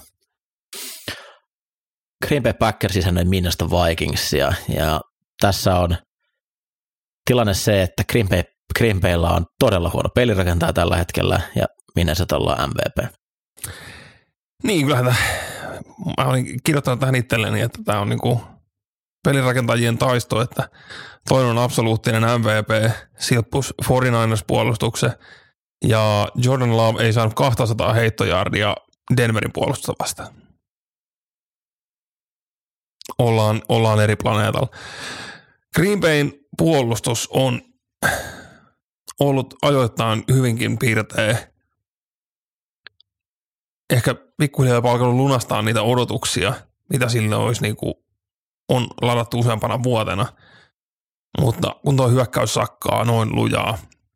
Green Bay Packers sisään Minnesota Vikingsia, ja tässä on tilanne se, että Green Baylla on todella huono pelirakentaja tällä hetkellä, ja Minnesotalla on MVP. Niin, kyllähän mä olin kirjoittanut tähän itselleni, että tämä on niinku pelirakentajien taisto, että toinen on absoluuttinen MVP, silppus 49ers-puolustuksen, ja Jordan Love ei saanut 200 heittojardia Denverin puolustusta vastaan. Ollaan eri planeetalla. Green Bayn puolustus on ollut ajoittain hyvinkin piirteä. Ehkä pikkuhiljaa jopa alkanut lunastaa niitä odotuksia, mitä sille olisi on ladattu useampana vuotena. Mutta kun tuo hyökkäys sakkaa noin lujaa,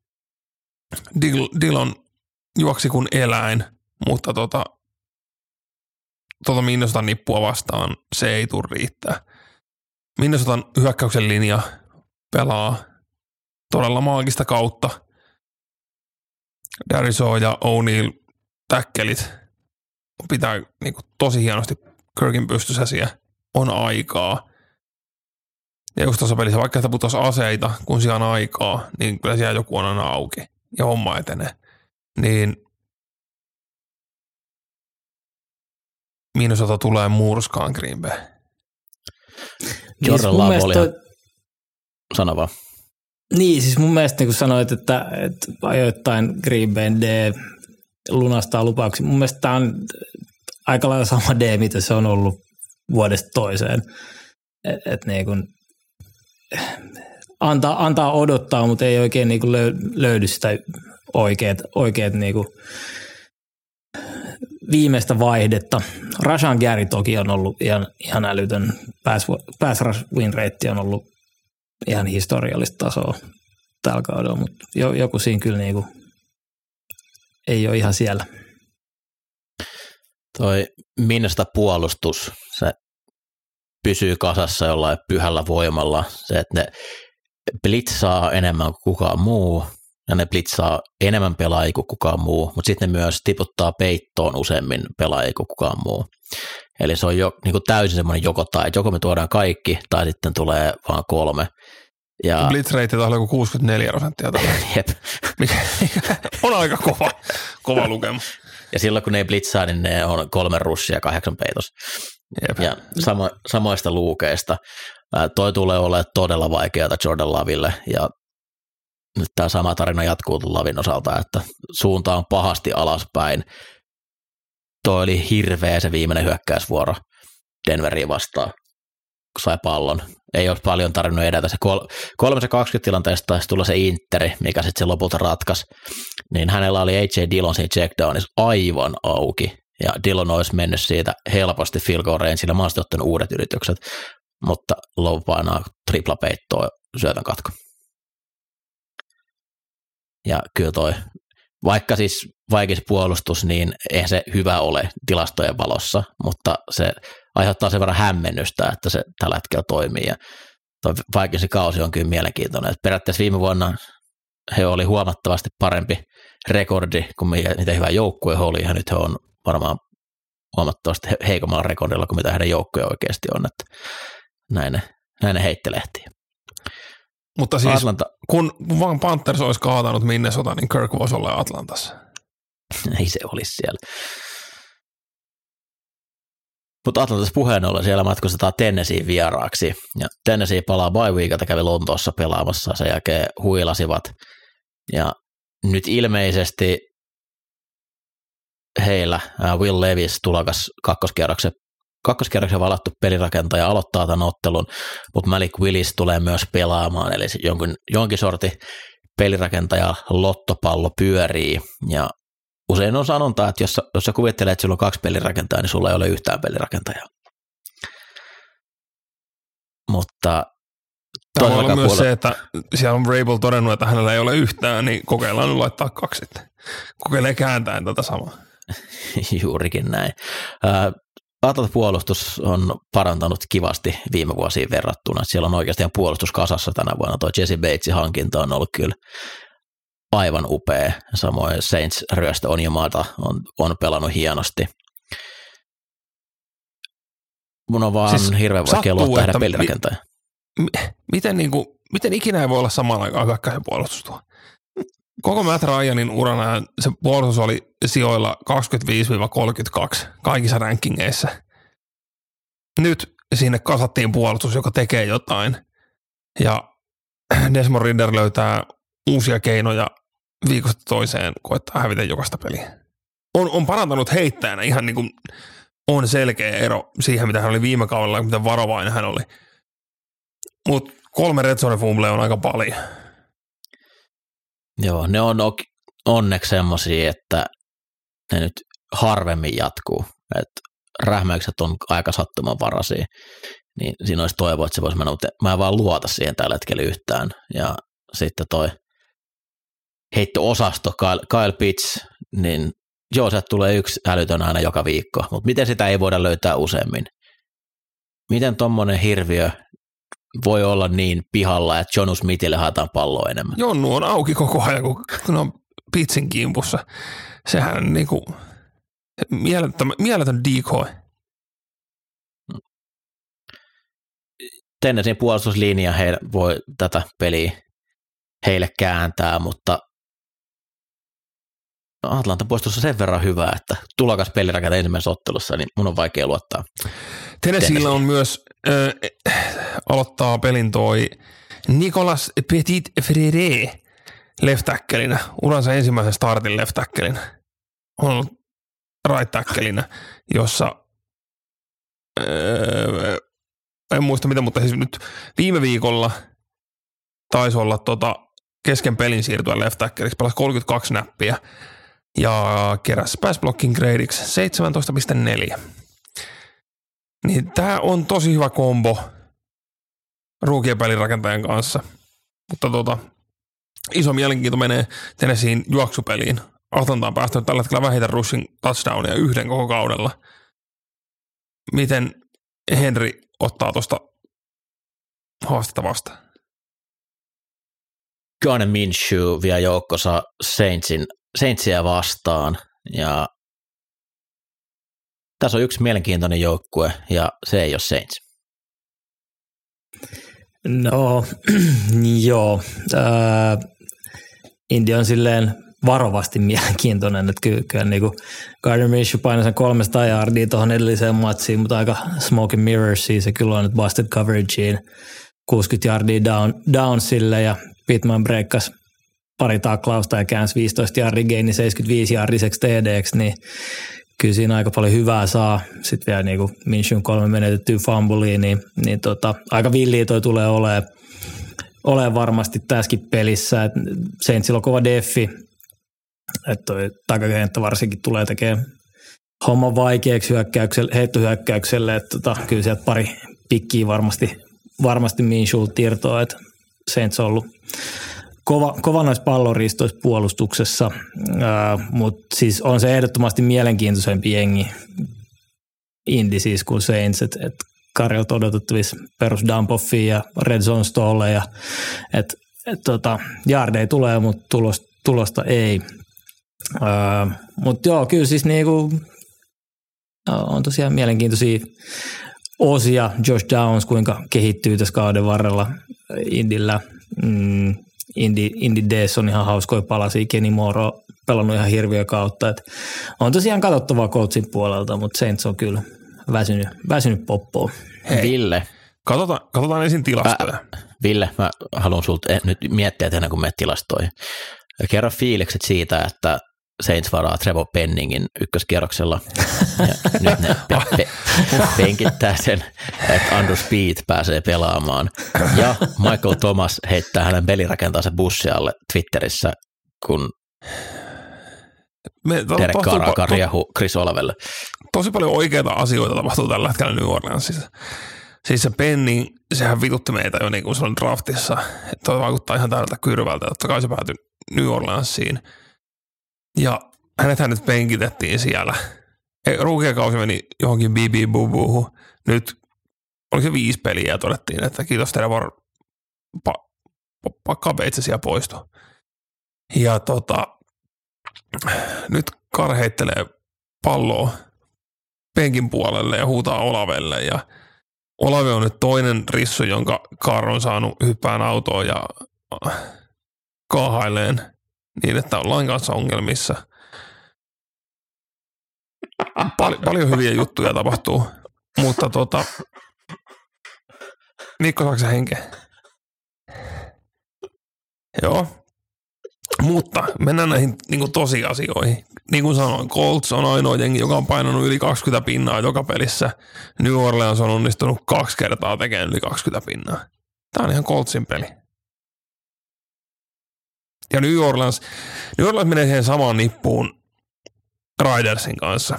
Dillon juoksi kuin eläin, mutta Minnesotan nippua vastaan se ei tule riittää. Minnesotan hyökkäyksen linja pelaa todella maagista kautta. Darisaw ja O'Neal täkkelit pitää tosi hienosti Kirkin pystyssä siellä. On aikaa. Ja just tuossa pelissä, vaikka sitä putoisi aseita, kun siellä on aikaa, niin kyllä siellä joku on aina auki ja homma etenee. Niin Minnesota tulee murskaan Green Bay. Jordan Love oli sano vaan. Niin, siis mun mielestä niin kun sanoit, että ajoittain Green Bay D lunastaa lupauksia. Mun mielestä tämä on aika lailla sama D, mitä se on ollut vuodesta toiseen. Et niin kun antaa odottaa, mutta ei oikein niin kun löydy sitä oikeat niin kun viimeistä vaihdetta. Rashan Gary toki on ollut ihan älytön. Pass rush win rate on ollut ihan historiallista tasoa tällä kaudella, mutta joku siinä kyllä niinku ei ole ihan siellä. Toi Minnesota puolustus, se pysyy kasassa jollain pyhällä voimalla. Se, että ne blitzaa enemmän kuin kukaan muu, ja ne blitzaa enemmän pelaajia kuin kukaan muu, mutta sitten ne myös tiputtaa peittoon useammin pelaajia kuin kukaan muu. Eli se on niin täysin semmoinen joko tai, että joko me tuodaan kaikki, tai sitten tulee vaan 3. Ja blitz-rate on joku 64%. Jep. Mikä on aika kova lukema. Ja silloin kun ne ei blitzaa, niin ne on 3 russia 8 peitos. Jep. Ja samoista luukeista. Toi tulee olemaan todella vaikeaa Jordan Loville, ja nyt tämä sama tarina jatkuu Lavin osalta, että suunta on pahasti alaspäin. Toi oli hirveä se viimeinen hyökkäysvuoro Denveriin vastaan, kun sai pallon. Ei ole paljon tarvinnut edetä. Se 3-20 tilanteesta taisi tulla se Interi, mikä sitten se lopulta ratkaisi. Niin hänellä oli AJ Dillon siinä checkdownissa aivan auki. ja Dillon olisi mennyt siitä helposti field goal rangeillä. Mä oon ottanut uudet yritykset, mutta Love painaa triplapeittoa syötön katko. Ja kyllä toi, vaikka siis vaikis puolustus, niin eihän se hyvä ole tilastojen valossa, mutta se aiheuttaa sen verran hämmennystä, että se tällä hetkellä toimii. Ja toi Vikingsin kausi on kyllä mielenkiintoinen. Et periaatteessa viime vuonna he oli huomattavasti parempi rekordi kuin miten hyvä joukkue he oli, ja nyt he on varmaan huomattavasti heikommalla rekordilla kuin mitä heidän joukkue oikeasti on. Että näin ne heittelehtii. Mutta siis kun vaan Panthers olisi kaatanut Minnesota, niin Kirk voisi olla Atlantassa. Ei se olisi siellä. Mutta Atlantassa puheen ollen siellä matkustetaan Tennesseein vieraaksi. Ja Tennessee palaa bye weekalta, kävi Lontoossa pelaamassa, sen jälkeen huilasivat. Ja nyt ilmeisesti heillä Will Levis, tulokas kakkoskierroksen valattu pelirakentaja, aloittaa tämän ottelun, mutta Malik Willis tulee myös pelaamaan, eli jonkin sorti pelirakentaja lottopallo pyörii, ja usein on sanonta, että jos sä kuvittelet, että sulla on 2 pelirakentajaa, niin sulla ei ole yhtään pelirakentajaa. Mutta tämä on myös se, että siellä on Vrabel todennut, että hänellä ei ole yhtään, niin kokeillaan nyt laittaa 2 sitten. Kokeilee kääntäen tätä samaa. Juurikin näin. Atlanta-puolustus on parantanut kivasti viime vuosiin verrattuna. Siellä on oikeasti puolustus kasassa tänä vuonna. Tuo Jesse Batesin hankinta on ollut kyllä aivan upea. Samoin Saints-ryöstö on pelannut hienosti. Mun on vaan siis hirveän vaikea luottaa heidän pelirakentajan. Miten ikinä ei voi olla samaan aikaan hyökkäisen puolustus tuo? Koko Matt Ryanin urana se puolustus oli sijoilla 25-32 kaikissa rankingeissa. Nyt sinne kasattiin puolustus, joka tekee jotain. Ja Desmond Ridder löytää uusia keinoja viikosta toiseen, koettaa hävitä jokaista peliä. On parantanut heittäjänä ihan niin kuin on selkeä ero siihen, mitä hän oli viime kaudella ja miten varovainen hän oli. Mutta 3 red zone fumblea on aika paljon. Joo, ne on onneksi semmoisia, että ne nyt harvemmin jatkuu. Että rähmäykset on aika sattumanvaraisia, niin siinä olisi toivoa, että se voisi mennä, mutta mä en vaan luota siihen tällä hetkellä yhtään. Ja sitten toi heitto-osasto, Kyle Pitts, niin joo, sieltä tulee 1 älytön aina joka viikko, mutta miten sitä ei voida löytää useammin? Miten tommonen hirviö voi olla niin pihalla, että Jonu Smithille haetaan palloa enemmän? Jonnu on auki koko ajan, kun on Pittsin kimpussa. Sehän on niin kuin mieletön decoy. Tennesseein puolustuslinja he voi tätä peliä heille kääntää, mutta Atlanta puolustus on sen verran hyvä, että tulokas pelirakenta ensimmäisessä ottelussa, niin mun on vaikea luottaa. Tennesseellä on myös aloittaa pelin toi Nicolas Petit-Frere left tacklinä, uransa ensimmäisen startin left tacklinä. On ollut right tacklinä, jossa en muista mitä, mutta siis nyt viime viikolla taisi olla kesken pelin siirtyä left tackliksi, pelasi 32 näppiä ja keräsi pass blocking gradeiksi 17.4. Niin tää on tosi hyvä kombo ruukien pelirakentajan kanssa, mutta iso mielenkiinto menee Tennesseein juoksupeliin. Atlanta on päästänyt tällä hetkellä vähintään rushing touchdownia 1 koko kaudella. Miten Henry ottaa tuosta haastetta vastaan? Gardner Minshew vie joukkonsa Saintsia vastaan, ja tässä on yksi mielenkiintoinen joukkue, ja se ei ole Saints. No, joo. India on silleen varovasti mielenkiintoinen, että kyllä niin Gardner Minshew painoi sen 300 yardia tuohon edelliseen matsiin, mutta aika smoke and mirrors, se kyllä on nyt busted coverageen 60 yardia down sille, ja Pittman breikkasi pari taklausta ja käänsi 15 yardia gaini 75 yardiseksi TD:ksi, niin kyllä siinä aika paljon hyvää saa. Sitten vielä niin Minshewn 3 menetettyä fumblia, niin aika villiä toi tulee olemaan varmasti tässäkin pelissä. Saintsilla on kova deffi, että toi takakenttä varsinkin tulee tekemään homma vaikeaksi heittohyökkäykselle, että kyllä sieltä pari pikkiä varmasti Minshewlta irtoaa, että Saints on ollut kova noissa pallonriistoissa puolustuksessa, mutta siis on se ehdottomasti mielenkiintoisempi jengi Indy siis kuin Saints, että Karjalta odotettavissa perus dump-offia ja red zone stalleja, että jaardeja tulee, mutta tulosta ei. Mutta joo, kyllä siis niinku, on tosiaan mielenkiintoisia osia. Josh Downs, kuinka kehittyy tässä kauden varrella Indyllä. Indy Days on ihan hauskoja palasia. Kenny Moore on pelannut ihan hirviö kautta. Et on tosiaan katsottavaa coachin puolelta, mutta Saints on kyllä väsynyt poppoon. Hei. Ville. Katsotaan ensin tilastoja. Ville, mä haluan sulta nyt miettiä ennen kuin menet tilastoihin. Kerro fiilikset siitä, että Saints varaa Trevor Penningin ykköskierroksella. Ja nyt ne penkittää sen, että Andrew Speed pääsee pelaamaan. Ja Michael Thomas heittää hänen pelirakentaansa bussi alle Twitterissä, kun Derek Carr alkaa riehu Chris Olavelle. Tosi paljon oikeita asioita tapahtuu tällä hetkellä New Orleansissa. Siis se Penning, sehän vitutti meitä jo niin kuin se on draftissa. Toi vaikuttaa ihan täältä kyrvältä. Totta kai se päätyi New Orleansiin. Ja hänethän nyt penkitettiin siellä. Ruukiakausi meni johonkin BB-bubuuhun. Nyt oliko se 5 peliä ja todettiin, että kiitos Trevor, pakkaa itse siellä poistu. Ja nyt Carr heittelee palloa penkin puolelle ja huutaa Olavelle ja Olave on nyt toinen rissu, jonka Carr on saanut hyppään autoon ja kaahaileen niin, että ollaan kanssa ongelmissa. Paljon hyviä juttuja tapahtuu, mutta Mikko, saako sä henkeä? Joo, mutta mennään näihin niin tosiasioihin. Niin kuin sanoin, Colts on ainoa jengi, joka on painanut yli 20 pinnaa joka pelissä. New Orleans on onnistunut 2 kertaa tekemään yli 20 pinnaa. Tämä on ihan Coltsin peli. Ja New Orleans menee siihen samaan nippuun Ridersin kanssa.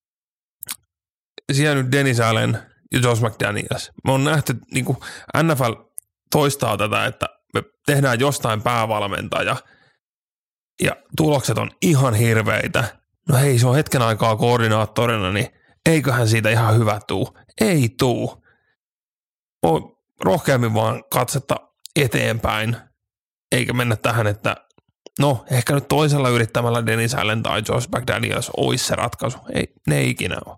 Siellä nyt Dennis Allen ja Josh McDaniels. Me on nähty, niin kuin NFL toistaa tätä, että me tehdään jostain päävalmentaja ja tulokset on ihan hirveitä. No hei, se on hetken aikaa koordinaattorina, niin eiköhän siitä ihan hyvä tuu. Ei tuu. On rohkeammin vaan katsetta eteenpäin, eikä mennä tähän, että no ehkä nyt toisella yrittämällä Dennis Allen tai Josh McDaniels olisi se ratkaisu. Ei, ne ei ikinä ole.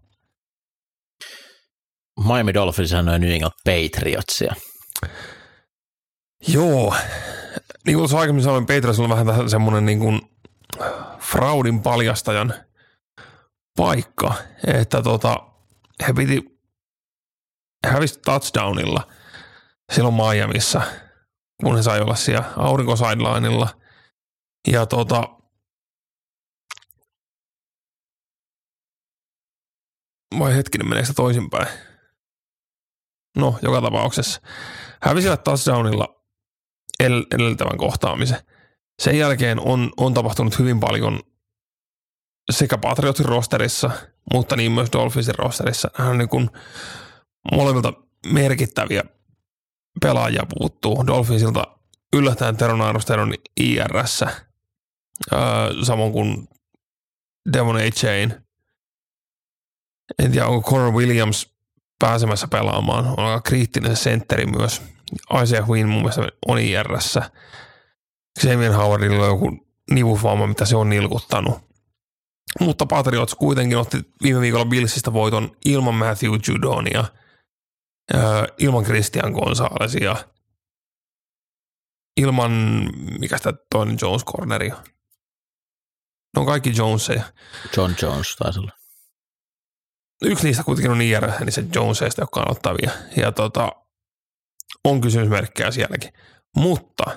Miami Dolphins on New England Patriotsia. Joo. Niin kuin aikaisemmin sanoin, Patriots on vähän semmoinen niin kuin fraudin paljastajan paikka, että he hävisi touchdownilla silloin Miamissa, kun he sai olla siellä aurinkosidelineilla. Ja vai hetkinen, meneekö se toisinpäin? No, joka tapauksessa. Hävisivät touchdownilla edeltävän kohtaamisen. Sen jälkeen on tapahtunut hyvin paljon sekä Patriotsin rosterissa, mutta niin myös Dolphinsin rosterissa. Nämä on niin kuin molemmilta merkittäviä pelaajia puuttuu. Dolphinsilta yllättäen Teron Armsteadon IR:ssä, samoin kuin Devon A. Chain. En tiedä, onko Connor Williams pääsemässä pelaamaan. On aika kriittinen se sentteri myös. Isaiah Wynn mun mielestä on IR:ssä. Xavier Howardilla on joku nivuvamma, mitä se on nilkuttanut. Mutta Patriots kuitenkin otti viime viikolla Billsistä voiton ilman Matthew Judonia, ilman Christian Gonzalesia, ilman, mikä sitä toinen Jones corneri on. Ne on kaikki Joneseja. John Jones taisi olla. Yksi niistä kuitenkin on IR, niin se Jonesista, jotka on ottavia. Ja on kysymysmerkkejä sielläkin. Mutta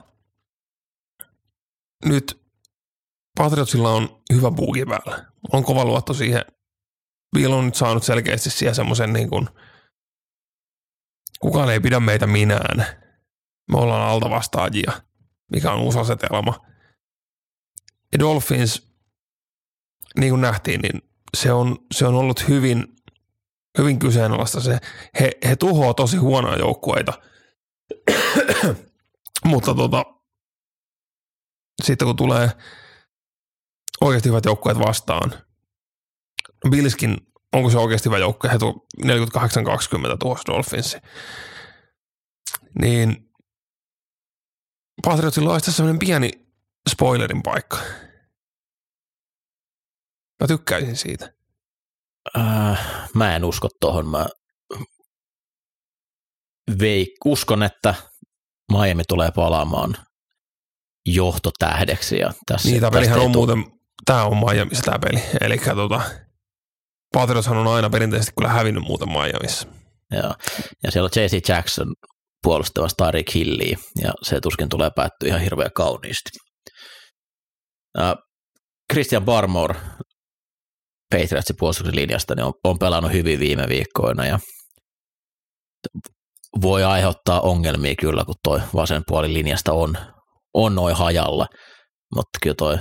nyt Patriotsilla on hyvä buugi päällä. On kova luotto siihen. Bill on nyt saanut selkeästi siihen semmoisen niin kuin, kukaan ei pidä meitä minään. Me ollaan altavastaajia, mikä on uusi asetelma. Ja Dolphins, niin kuin nähtiin, niin se on ollut hyvin kyseenalaista. He tuhoaa tosi huonoja joukkueita, mutta sitten kun tulee oikeasti hyvät joukkueet vastaan, Billskin, onko se oikeasti hyvä joukkue, he tuo 48-20 tuossa Dolphinsiin, niin Patriotsilla olisi tässä sellainen pieni spoilerin paikka. Mä tykkäisin siitä. Mä en usko tohon. Mä uskon, että Miami tulee palaamaan johtotähdeksi. Ja tässä, niin, tämä pelihän on muuten, tämä on Miamiissa tämä peli. Eli Patriotshan on aina perinteisesti kyllä hävinnyt muuten Miamissa. Ja siellä on J.C. Jackson puolustamassa Tyreek Hilliä, ja se tuskin tulee päättyä ihan hirveän kauniisti. Christian Barmore Patriotsin puolustuksen linjasta niin on pelannut hyvin viime viikkoina, ja voi aiheuttaa ongelmia kyllä, kun toi vasen puoli linjasta on noin hajalla, mutta kyllä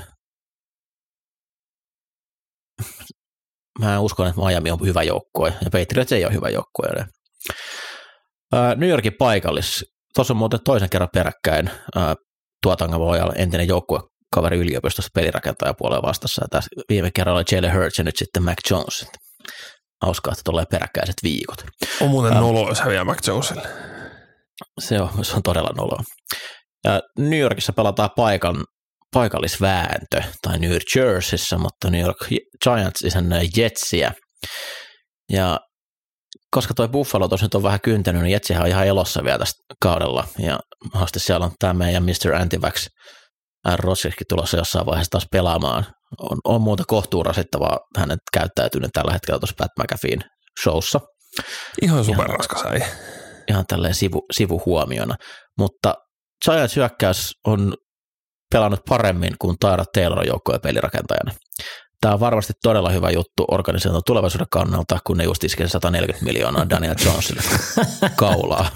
mä uskon, että Miami on hyvä joukkue, ja Patriots ei ole hyvä joukkue. New Yorkin paikallis, tuossa on muuten toisen kerran peräkkäin Tuotangavoijalla entinen joukkuekaveri yliopistosta pelirakentajapuolella vastassa, ja tässä viime kerralla oli Jalen Hurts ja nyt sitten Mac Jones. Hauskaa, että tulee peräkkäiset viikot. On muuten noloa, jos häviää Mac Jonesille. Se on todella noloa. New Yorkissa pelataan paikallisvääntö, tai New Jerseyssä, mutta New York Giants isännöi Jetsiä. Ja koska toi Buffalo tosiaan on vähän kyntänyt, niin Jetsihän on ihan elossa vielä tästä kaudella. Ja haaste siellä on tämä meidän Mr. Antivax Rodgerskin tulossa jossain vaiheessa taas pelaamaan. On muuta kohtuun rasittavaa hänet käyttäytynyt tällä hetkellä tuossa Pat McAfeen showssa. Ihan superraskas äi. Ihan tälleen sivuhuomiona. Mutta Giants hyökkäys on pelannut paremmin kuin Tyrod Taylor joukkojen pelirakentajana. Tämä on varmasti todella hyvä juttu organisaation tulevaisuuden kannalta, kun ne just iskee 140 miljoonaa Daniel Jonesille kaulaa.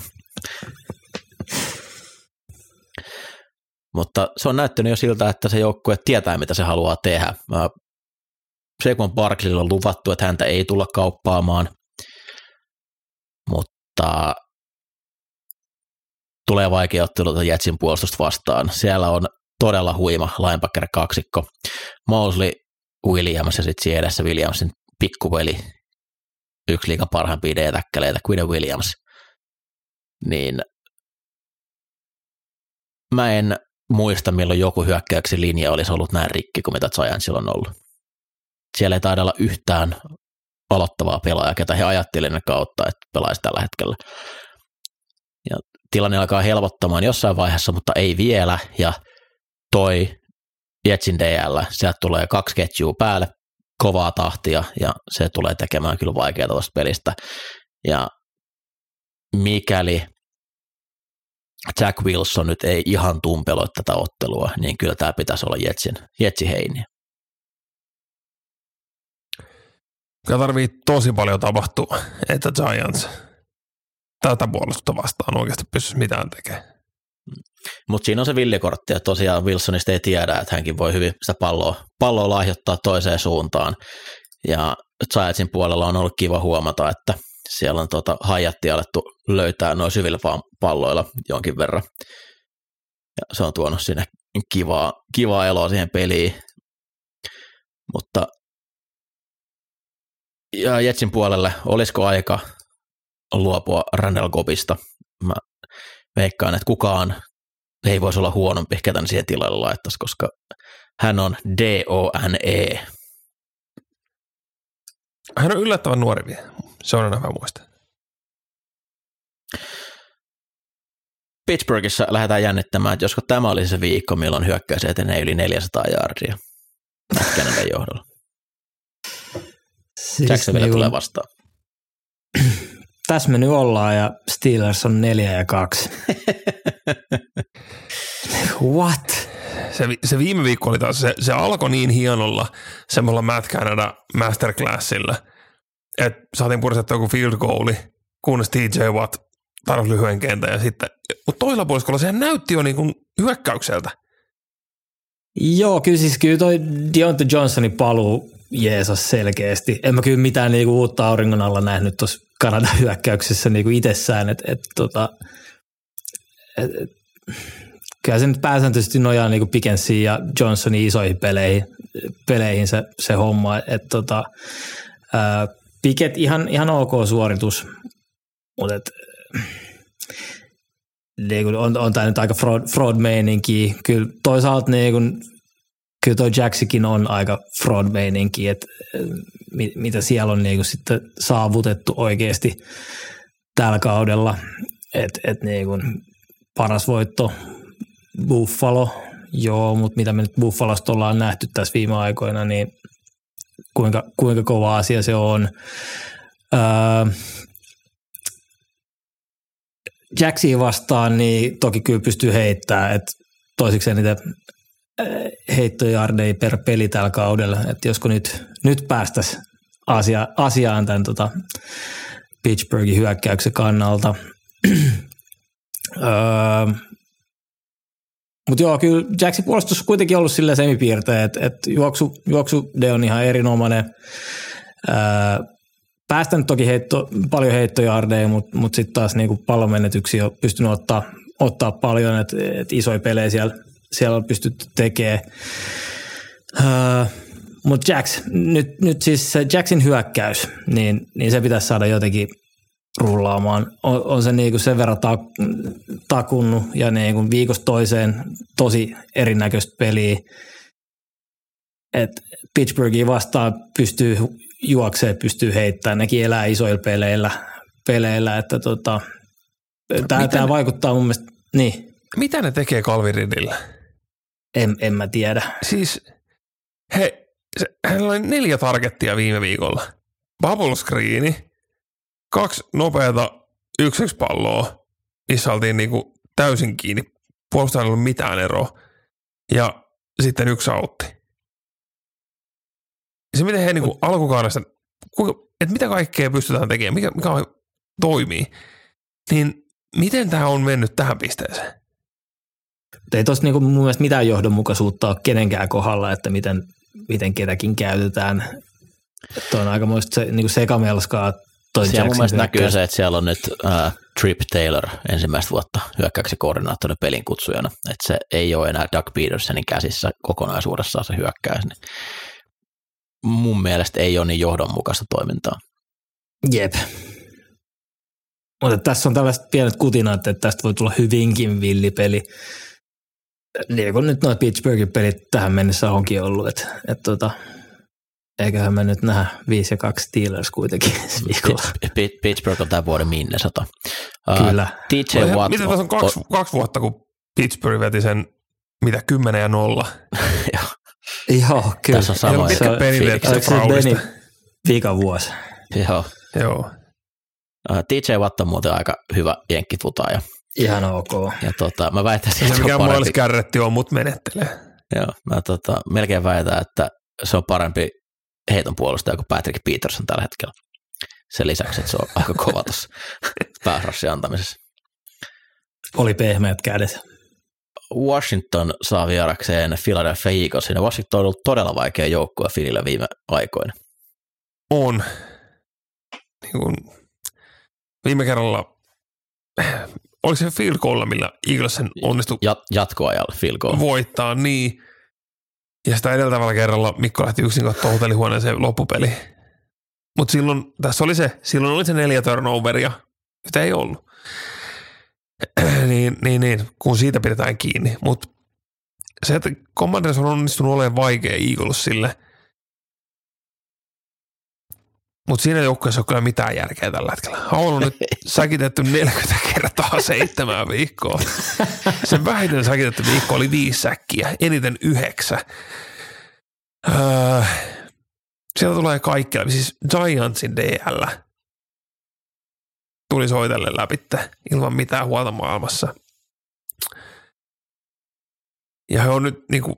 Mutta se on näyttänyt jo siltä, että se joukkue tietää, mitä se haluaa tehdä. Saquon Barkleylle on luvattu, että häntä ei tulla kauppaamaan, mutta tulee vaikea ottelu Jetsin puolustusta vastaan. Siellä on todella huima linebacker-kaksikko. Mosley, Williams ja sitten siinä edessä Williamsin pikkuveli, yksi liigan parhaimpia D-täkkäleitä, Quinn Williams. Niin mä en muista, milloin joku hyökkäyksen linja olisi ollut näin rikki kuin mitä Giantsilla on ollut. Siellä ei taida olla yhtään aloittavaa pelaajaa, ketä he ajattelivat kautta, että pelaisi tällä hetkellä. Ja tilanne alkaa helpottamaan jossain vaiheessa, mutta ei vielä, ja toi Jetsin DL, sieltä tulee 2 ketjua päälle, kovaa tahtia, ja se tulee tekemään kyllä vaikeaa tuosta pelistä. Ja mikäli Jack Wilson nyt ei ihan tumpeloi tätä ottelua, niin kyllä tämä pitäisi olla Jetsin heiniä. Kyllä tarvii tosi paljon tapahtua, että Giants tätä puolustusta vastaan oikeasti pystyisi mitään tekemään. Mutta siinä on se villikortti, että tosiaan Wilsonista ei tiedä, että hänkin voi hyvin sitä palloa lahjoittaa toiseen suuntaan. Ja Giantsin puolella on ollut kiva huomata, että siellä on hajatti alettu löytää noin syvillä palloilla jonkin verran. Ja se on tuonut sinne kivaa eloa siihen peliin. Mutta ja Jetsin puolelle, olisiko aika luopua Randall Cobbista? Mä veikkaan, että kukaan ei voisi olla huonompi, ketä siihen tilalle laittaisi, koska hän on D-O-N-E. Hän on yllättävän nuori vielä. Se on aina hyvä muistaa. Pittsburghissa lähdetään jännittämään, että josko tämä olisi se viikko, milloin hyökkäys etenee yli 400 yardia Kanadan johdolla. Siis Jacksonville tulee vastaan. Tässä me nyt ollaan ja Steelers on 4-2. What? Se viime viikko oli taas, se alkoi niin hienolla semmoilla Matt Canada masterclassilla, että saatiin puristettua joku field goali, kunnes TJ Watt tarvitsi lyhyen kentän ja sitten, mutta toisella puoliskolla sehän näytti jo niin kuin hyökkäykseltä. Joo, kyllä toi Deontay Johnsonin paluu jeesas selkeästi. En mä kyllä mitään niinku uutta auringon alla nähnyt tuossa Kanadan hyökkäyksessä niinku itsessään, kyllä se nyt pääsääntöisesti nojaa niinku Pickensiin ja Johnsonin isoihin peleihin se homma, Pickett ihan ok suoritus, mutta niin on tämä nyt aika fraud-meininki. Kyllä toisaalta niin kyllä toi Jaxikin on aika fraud-meininki, että mitä siellä on niin sitten saavutettu oikeasti tällä kaudella. Et niin paras voitto Buffalo, joo, mutta mitä me nyt Buffalosta ollaan nähty tässä viime aikoina, niin kuinka kova asia se on. Jacksia vastaan, niin toki kyllä pystyy heittämään, että toiseksi eniten heittojardeja per peli tällä kaudella, että josko nyt päästäisiin asiaan tämän Pittsburghin hyökkäyksen kannalta. Mutta joo, kyllä Jacksin puolustus on kuitenkin ollut silleen semipiirteä, että juoksude on ihan erinomainen. Päästänyt toki paljon heittojardeja, mutta sitten taas niinku pallonmenetyksiä on pystynyt ottaa paljon, että isoja pelejä siellä on pystytty tekemään. Mutta nyt siis Jacksin hyökkäys, niin se pitäisi saada jotenkin rullaamaan. On se niinku sen verran takunnut ja niinku viikosta toiseen tosi erinäköistä peliä. Et Pittsburghiin vastaan pystyy juoksee, pystyy heittämään. Nekin elää isoilla peleillä että tämä vaikuttaa mun mielestä, niin. Mitä ne tekee Calvin Ridleyllä? En mä tiedä. Siis hänellä oli 4 targettia viime viikolla. Bubble screeni, 2 nopeata 1-1 palloa, missä oltiin niinku täysin kiinni. Puolustajalla ei ollut mitään eroa. Ja sitten 1 autti. Se miten he niinku alkukaudesta, että mitä kaikkea pystytään tekemään, mikä toimii, niin miten tämä on mennyt tähän pisteeseen? Ei tuossa niinku mun mielestä mitään johdonmukaisuutta ole kenenkään kohdalla, että miten ketäkin käytetään. Tuo on aikamoista niinku sekamelskaa. Siellä mun mielestä näkyy se, että siellä on nyt Trip Taylor ensimmäistä vuotta hyökkäyksen koordinaattorin pelin kutsujana. Että se ei ole enää Doug Petersonin käsissä kokonaisuudessaan se hyökkäys. Niin mun mielestä ei ole niin johdonmukaista toimintaa. Jep. Mutta tässä on tällaiset pienet kutinat, että tästä voi tulla hyvinkin villipeli. Niin kuin nyt nuo Pittsburghin pelit tähän mennessä onkin ollut, että eiköhän me nyt nähdä 5-2 Steelers kuitenkin viikolla. Pittsburgh on tämän vuoden Minnesota. Kyllä. TJ Watt. Miten tässä on 2 vuotta, kun Pittsburgh veti sen, 10-0? Joo, kyllä. Tässä on samoin. Mitkä peliveet Fraudista? Viikan vuosi. Joo. TJ Watt on muuten aika hyvä jenkkitutaaja. Ihan ok. Ja mä väittäisin, että se on parempi. Mikä Kärretti on, mut menettelee. Joo, mä melkein väitän, että se on parempi heiton puolustaja kuin Patrick Peterson tällä hetkellä. Sen lisäksi, että se on aika kova tuossa pääsrassin antamisessa. Oli pehmeät kädet. Washington saa vierakseen Philadelphia Eaglesin. Washington on ollut todella vaikea joukkue Phillyllä viime aikoina. On. Niin viime kerralla, oliko se field goal, millä Eaglesen onnistui jatkoajalla field goal voittaa, niin. Ja sitä edeltävällä kerralla Mikko lähti yksin katsomaan hotellihuoneeseen loppupeli. Mutta silloin oli se 4 turnoveria, mitä ei ollut. niin, kun siitä pidetään kiinni. Mutta se, että Commanders on onnistunut olemaan vaikea Eaglesille, mutta siinä joukkueessa on kyllä mitään järkeä tällä hetkellä. Howell on nyt säkitetty 40 kertaa 7 viikkoa. Sen vähiten säkitetty viikko oli 5 säkkiä, eniten 9. Sieltä tulee kaikkea. Siis Giantsin DL tuli soitelle läpitte ilman mitään huolta maailmassa. Ja he on nyt niinku,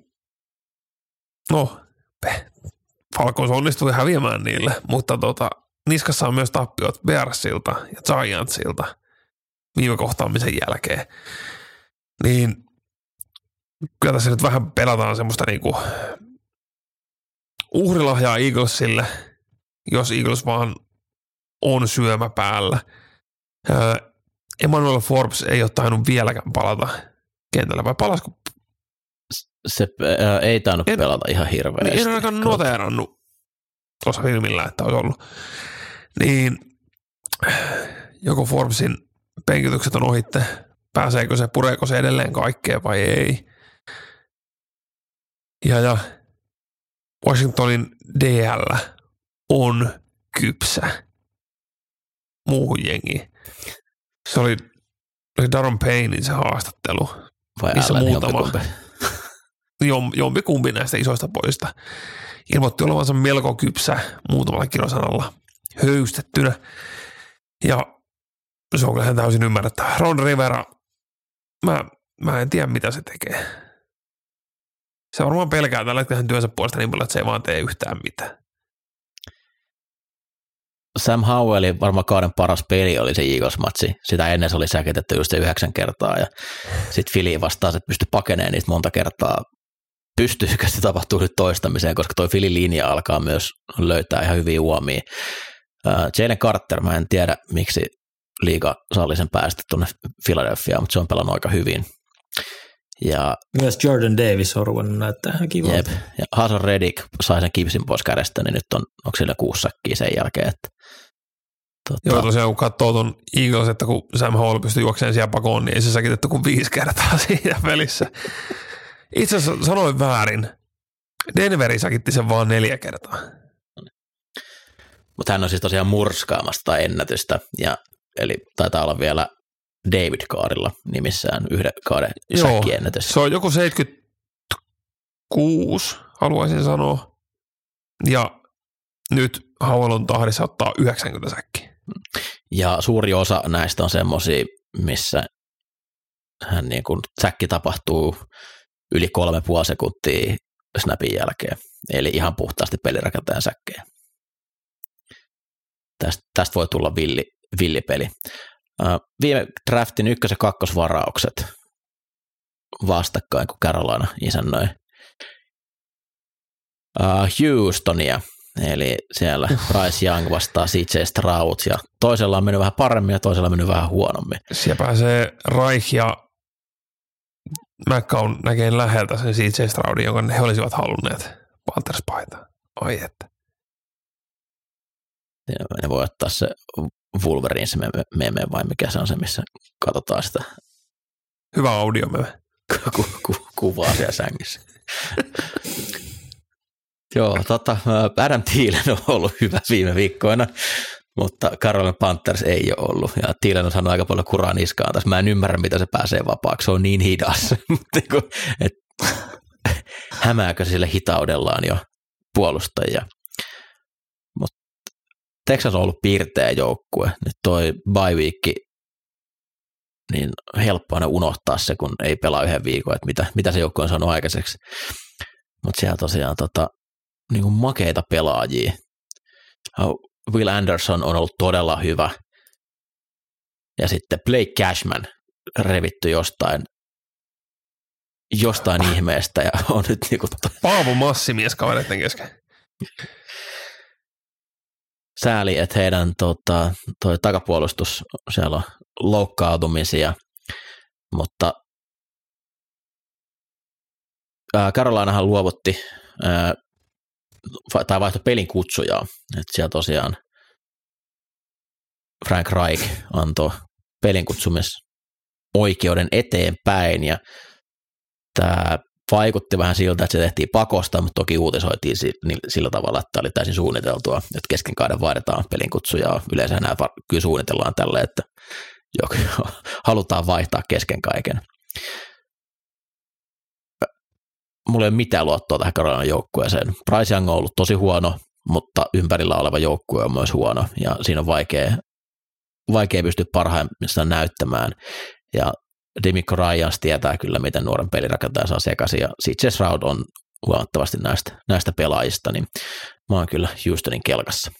Falcons onnistui häviämään niille, mutta niskassa on myös tappiot Bearsilta ja Giantsilta viime kohtaamisen jälkeen. Niin kyllä tässä nyt vähän pelataan semmoista niinku uhrilahjaa Eaglesille, jos Eagles vaan on syömä päällä. Emmanuel Forbes ei ole tainnut vieläkään palata kentällä, vai palasko? Se ei tainnut pelata ihan hirveästi. En ainakaan noteerannut tuossa filmillä, että olisi ollut. Niin joko Forbesin penkitykset on ohitte, pääseekö se, pureeko se edelleen kaikkea vai ei. Ja Washingtonin DL on kypsä muuhun jengiin. Se oli Daron Paynein se haastattelu, vai missä muutama jompikumpi näistä isoista poista ilmoitti olevansa melko kypsä muutamalla kilosanalla höystettynä. Ja se on kyllä täysin ymmärrettävä. Ron Rivera, mä en tiedä mitä se tekee. Se varmaan pelkää tällä hetkellä työnsä puolesta niin paljon, että se ei vaan tee yhtään mitään. Sam Howellin varmaan kauden paras peli oli se Eagles-matsi. Sitä ennen se oli säkitetty just 9 kertaa ja sitten Philly vastaan, että pystyi pakenemaan niistä monta kertaa. Pystyykö se tapahtuu nyt toistamiseen, koska toi Philly linja alkaa myös löytää ihan hyviä uomia. Jalen Carter, mä en tiedä miksi liiga salli sen päästä tuonne Philadelphiaan, mutta se on pelannut aika hyvin. Ja myös Jordan Davis on ruvennut näyttää ihan kivalta. Jep. Ja Haason Reddick sai sen kipsin pois kädestä, niin nyt onko sillä 6 säkkiä sen jälkeen. Että, Joo, tosiaan kun katsoo tuon Eagles, että kun Sam Howell pystyi juokseen siellä pakoon, niin ei se säkitetty kuin 5 kertaa siinä pelissä. Itse asiassa sanoin väärin. Denveri säkitti sen vaan 4 kertaa. Mutta hän on siis tosiaan murskaamasta ennätystä, eli taitaa olla vielä David Kaarilla nimissään yhden kauden säkkiennätys. Se on joku 76, haluaisin sanoa. Ja nyt Howell on tahdissa ottaa 90 säkkiä. Ja suuri osa näistä on semmoisia, missä hän niin kuin säkki tapahtuu yli 3,5 sekuntia snapin jälkeen. Eli ihan puhtaasti pelirakentajan säkkejä. Tästä voi tulla villipeli. Viime draftin 1- ja 2-varaukset vastakkain, kun Carolina isännöi Houstonia, eli siellä Bryce Young vastaa CJ Stroud, ja toisella on mennyt vähän paremmin ja toisella on mennyt vähän huonommin. Siellä pääsee Reich ja McCown näkee läheltä sen CJ Stroudin, jonka he olisivat halunneet Panthers-paitaan. Ai että. Ne voi ottaa se Wolverines meme vai mikä se on se, missä katsotaan sitä. Hyvä audio meme. Kuvaa siellä sängyssä. Joo, Adam Thielen on ollut hyvä viime viikkoina, mutta Carolina Panthers ei ole ollut. Ja Thielen on saanut aika paljon kuraa niskaan tässä. Mä en ymmärrä, mitä se pääsee vapaaksi. Se on niin hidas. Hämääkö sille hitaudellaan jo puolustajia. Mutta Texas on ollut piirteä joukkue. Nyt toi bye week, niin helppo aina unohtaa se, kun ei pelaa 1 viikon, että mitä se joukkue on saanut aikaiseksi. Mutta siellä tosiaan niin kuin makeita pelaajia. Will Anderson on ollut todella hyvä. Ja sitten Blake Cashman revitty jostain ihmeestä ja on nyt niinku Paavo Massimies kavereiden kesken. Sääli, että heidän toi takapuolustus, siellä on loukkaantumisia, mutta Carolinahan luovutti tai vaihtoi pelin kutsujaa, että siellä tosiaan Frank Reich antoi pelin kutsumisoikeuden eteenpäin ja tämä vaikutti vähän siltä, että se tehtiin pakosta, mutta toki uutisoitiin sillä tavalla, että oli täysin suunniteltua, että kesken kauden vaihdetaan pelinkutsujaa. Yleensä nämä kyllä suunnitellaan tälle, että halutaan vaihtaa kesken kaiken. Mulla ei ole mitään luottoa tähän Carolinan joukkueeseen. Bryce Young on ollut tosi huono, mutta ympärillä oleva joukkue on myös huono, ja siinä on vaikea pystyä parhaimmillaan näyttämään. Ja Demico Ryans tietää kyllä, miten nuoren pelirakentaja saa sekaisin, ja CJ Stroud on huomattavasti näistä pelaajista, niin mä oon kyllä Houstonin kelkassa.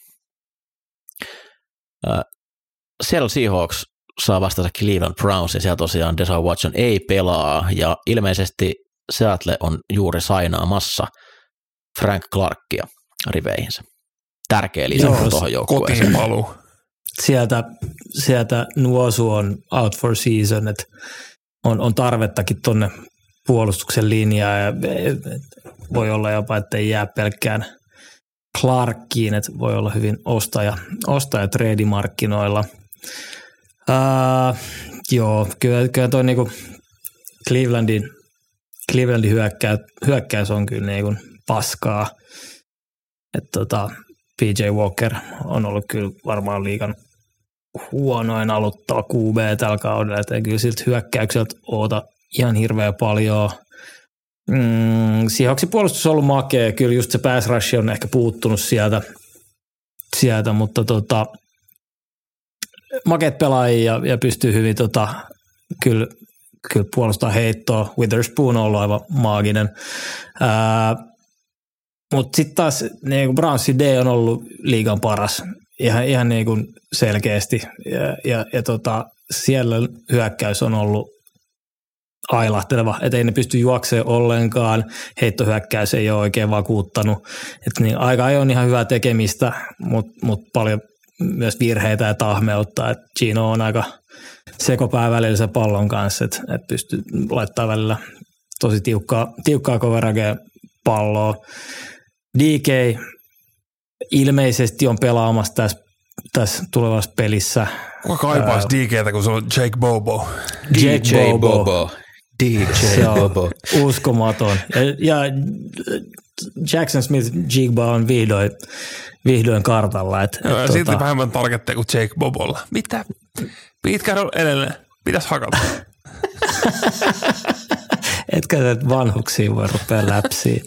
Seattle Seahawks saa vastata Cleveland Browns, ja siellä tosiaan Deshaun Watson ei pelaa, ja ilmeisesti Seattle on juuri sainaamassa Frank Clarkia riveihinsä. Tärkeä lisäksi tuohon joukkueeseen. Kotiinpaluu. Sieltä Nuosu on out for season, että on tarvettakin tuonne puolustuksen linjaan ja voi olla jopa, että ei jää pelkkään Clarkiin, että voi olla hyvin ostaja trade-markkinoilla. Joo, kyllä toi niinku Clevelandin hyökkäys on kyllä niinku paskaa. Että PJ Walker on ollut kyllä varmaan liigan huonoin aloittava QB tällä kaudella, että ei kyllä siltä hyökkäykseltä oota ihan hirveän paljon. Seahawksin puolustus on ollut makea, kyllä just se pass rush on ehkä puuttunut sieltä mutta makeat pelaajia ja pystyy hyvin kyllä puolustaa heittoa. Witherspoon on ollut aivan maaginen. Mutta sitten taas niin Brownsin D on ollut liigan paras ihan niin kuin selkeästi ja siellä hyökkäys on ollut ailahteleva, että ei ne pysty juoksemaan ollenkaan, heittohyökkäys ei ole oikein vakuuttanut, että niin aika on ihan hyvää tekemistä, mutta paljon myös virheitä ja tahmeutta, että Gino on aika sekopää välillä sen pallon kanssa, että pystyy laittamaan välillä tosi tiukkaa coveragea palloa. DK ilmeisesti on pelaamassa tässä tulevassa pelissä. Kuka kaipaisi DK:tä, kun se on Jake Bobo? DJ Bobo. Se on uskomaton. Ja Jackson Smith-Jigba on vihdoin kartalla. Siitä vähemmän targetteja kuin Jake Bobolla. Mitä? Pete Carroll edelleen. Pitäisi hakata. Etkä näitä vanhuksia voi rupea läpsiin.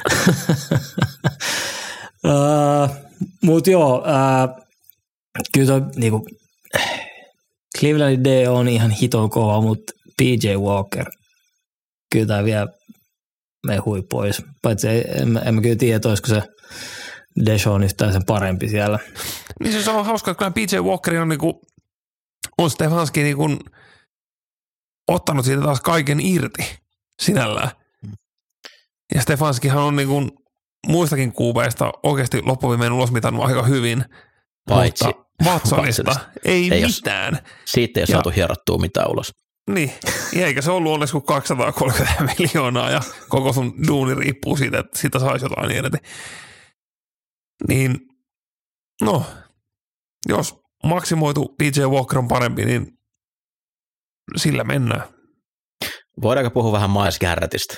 Mutta joo, kyllä toi niinku Clevelandin D on ihan hiton kova, mutta PJ Walker, kyllä tämä vielä mehui pois. Paitsi en mä kyllä tiedä, olisiko se Deshaun yhtään sen parempi siellä. Niin se on hauska, että kyllä PJ Walker on niinku, on Stefanski niinku ottanut siitä taas kaiken irti sinällään. Ja Stefanskihan on niinku muistakin QB:sta oikeasti loppuviimein ulosmitannut aika hyvin. Paitsi Watsonista ei mitään. Siitä ei ole saatu hierottua mitään ulos. Niin, eikä se ollut onneksi kuin 230 miljoonaa ja koko sun duuni riippuu siitä, että siitä saisi jotain irti. Niin, no, jos maksimoitu DJ Walker on parempi, niin sillä mennään. Voidaanko puhua vähän Myles Garrettista?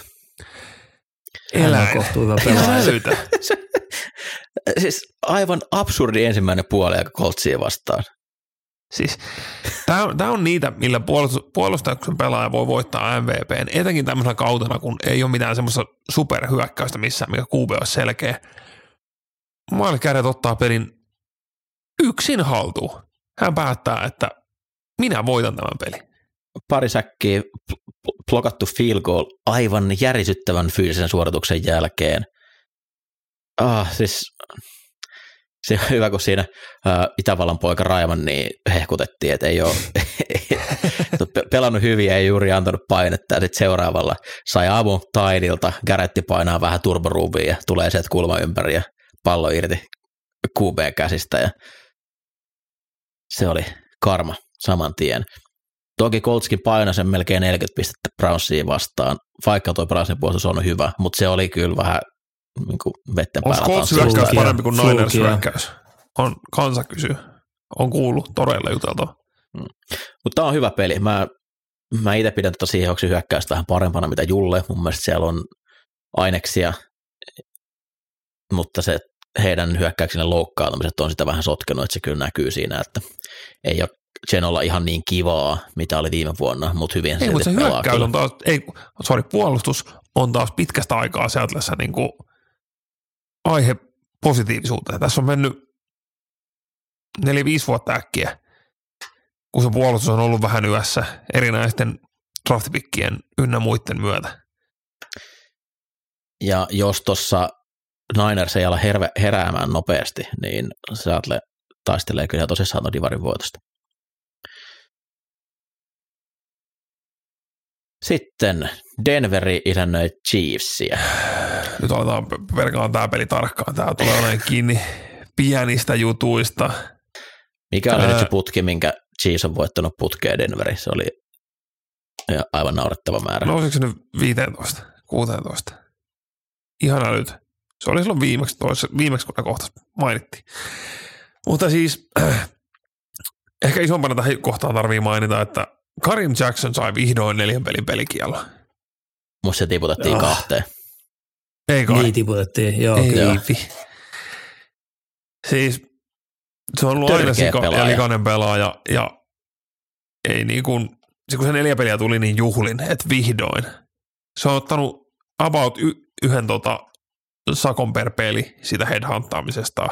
Eläytä. Siis aivan absurdi ensimmäinen puoli aika Coltsia vastaan. Siis tämä on niitä, millä puolustuksen pelaaja voi voittaa MVPn, etenkin tämmöisenä kautena, kun ei ole mitään semmoista superhyökkäystä missään, mikä QB olisi selkeä. Myles Garrett ottaa pelin yksin haltuun. Hän päättää, että minä voitan tämän pelin. Pari säkkiä, blokattu field goal aivan järisyttävän fyysisen suorituksen jälkeen. Siis se on hyvä, kun siinä Itävallan poika Raiman niin hehkutettiin, että ei ole pelannut hyvin ja ei juuri antanut painetta. Ja sitten seuraavalla sai avun Tidilta, Garretti painaa vähän turboruuviin ja tulee sieltä kulma ympäri ja pallo irti QB-käsistä. Ja se oli karma saman tien. Toki Coltskin painoi sen melkein 40 pistettä Brownsia vastaan, vaikka tuo Brownsin puolustus on hyvä, mutta se oli kyllä vähän niin kuin vetten päällä. Onko Colts hyökkäys parempi kuin Niners hyökkäys? On kansa kysyy. On kuullut toreilla juteltua. Mutta tämä on hyvä peli. Mä itse pidän tuota Seahawksin hyökkäystä vähän parempana mitä Julle. Mun mielestä siellä on aineksia, mutta se heidän hyökkäyksen loukkaantumiset on sitä vähän sotkenut, että se kyllä näkyy siinä, että ei ole Genolla ihan niin kivaa, mitä oli viime vuonna, mutta hyvin silti pelaa. Ei, mutta se hyökkäys on taas, puolustus on taas pitkästä aikaa Seattleissa niin kuin aihe positiivisuuteen. Tässä on mennyt 4-5 vuotta äkkiä, kun se puolustus on ollut vähän yössä erinäisten draftipikkien ynnä muiden myötä. Ja jos tuossa Niners ei ala heräämään nopeasti, niin Seattle taistelee kyllä tosissaan divarin voitosta. Sitten Denveri isännöi Chiefsia. nyt aletaan perkaan tämä peli tarkkaan. Tämä tulee olemaan kiinni pienistä jutuista. Mikä oli nyt se putki, minkä Chiefs on voittanut putkeen Denveriin? Se oli aivan naurettava määrä. Nousiko se nyt 15, 16? Ihan älyt. Se oli silloin viimeksi kun ne kohta mainittiin. Mutta siis ehkä isompana tähän kohtaan tarvii mainita, että Karim Jackson sai vihdoin 4 pelin pelikielon. Musta se tiputettiin 2. Ei kai. Niin tiputettiin, joo. Ei. Siis se on ollut aina likainen pelaaja ja ei niin kuin, kun se 4 peliä tuli niin juhlin, että vihdoin. Se on ottanut about yhden sakon per peli siitä headhuntaamisesta.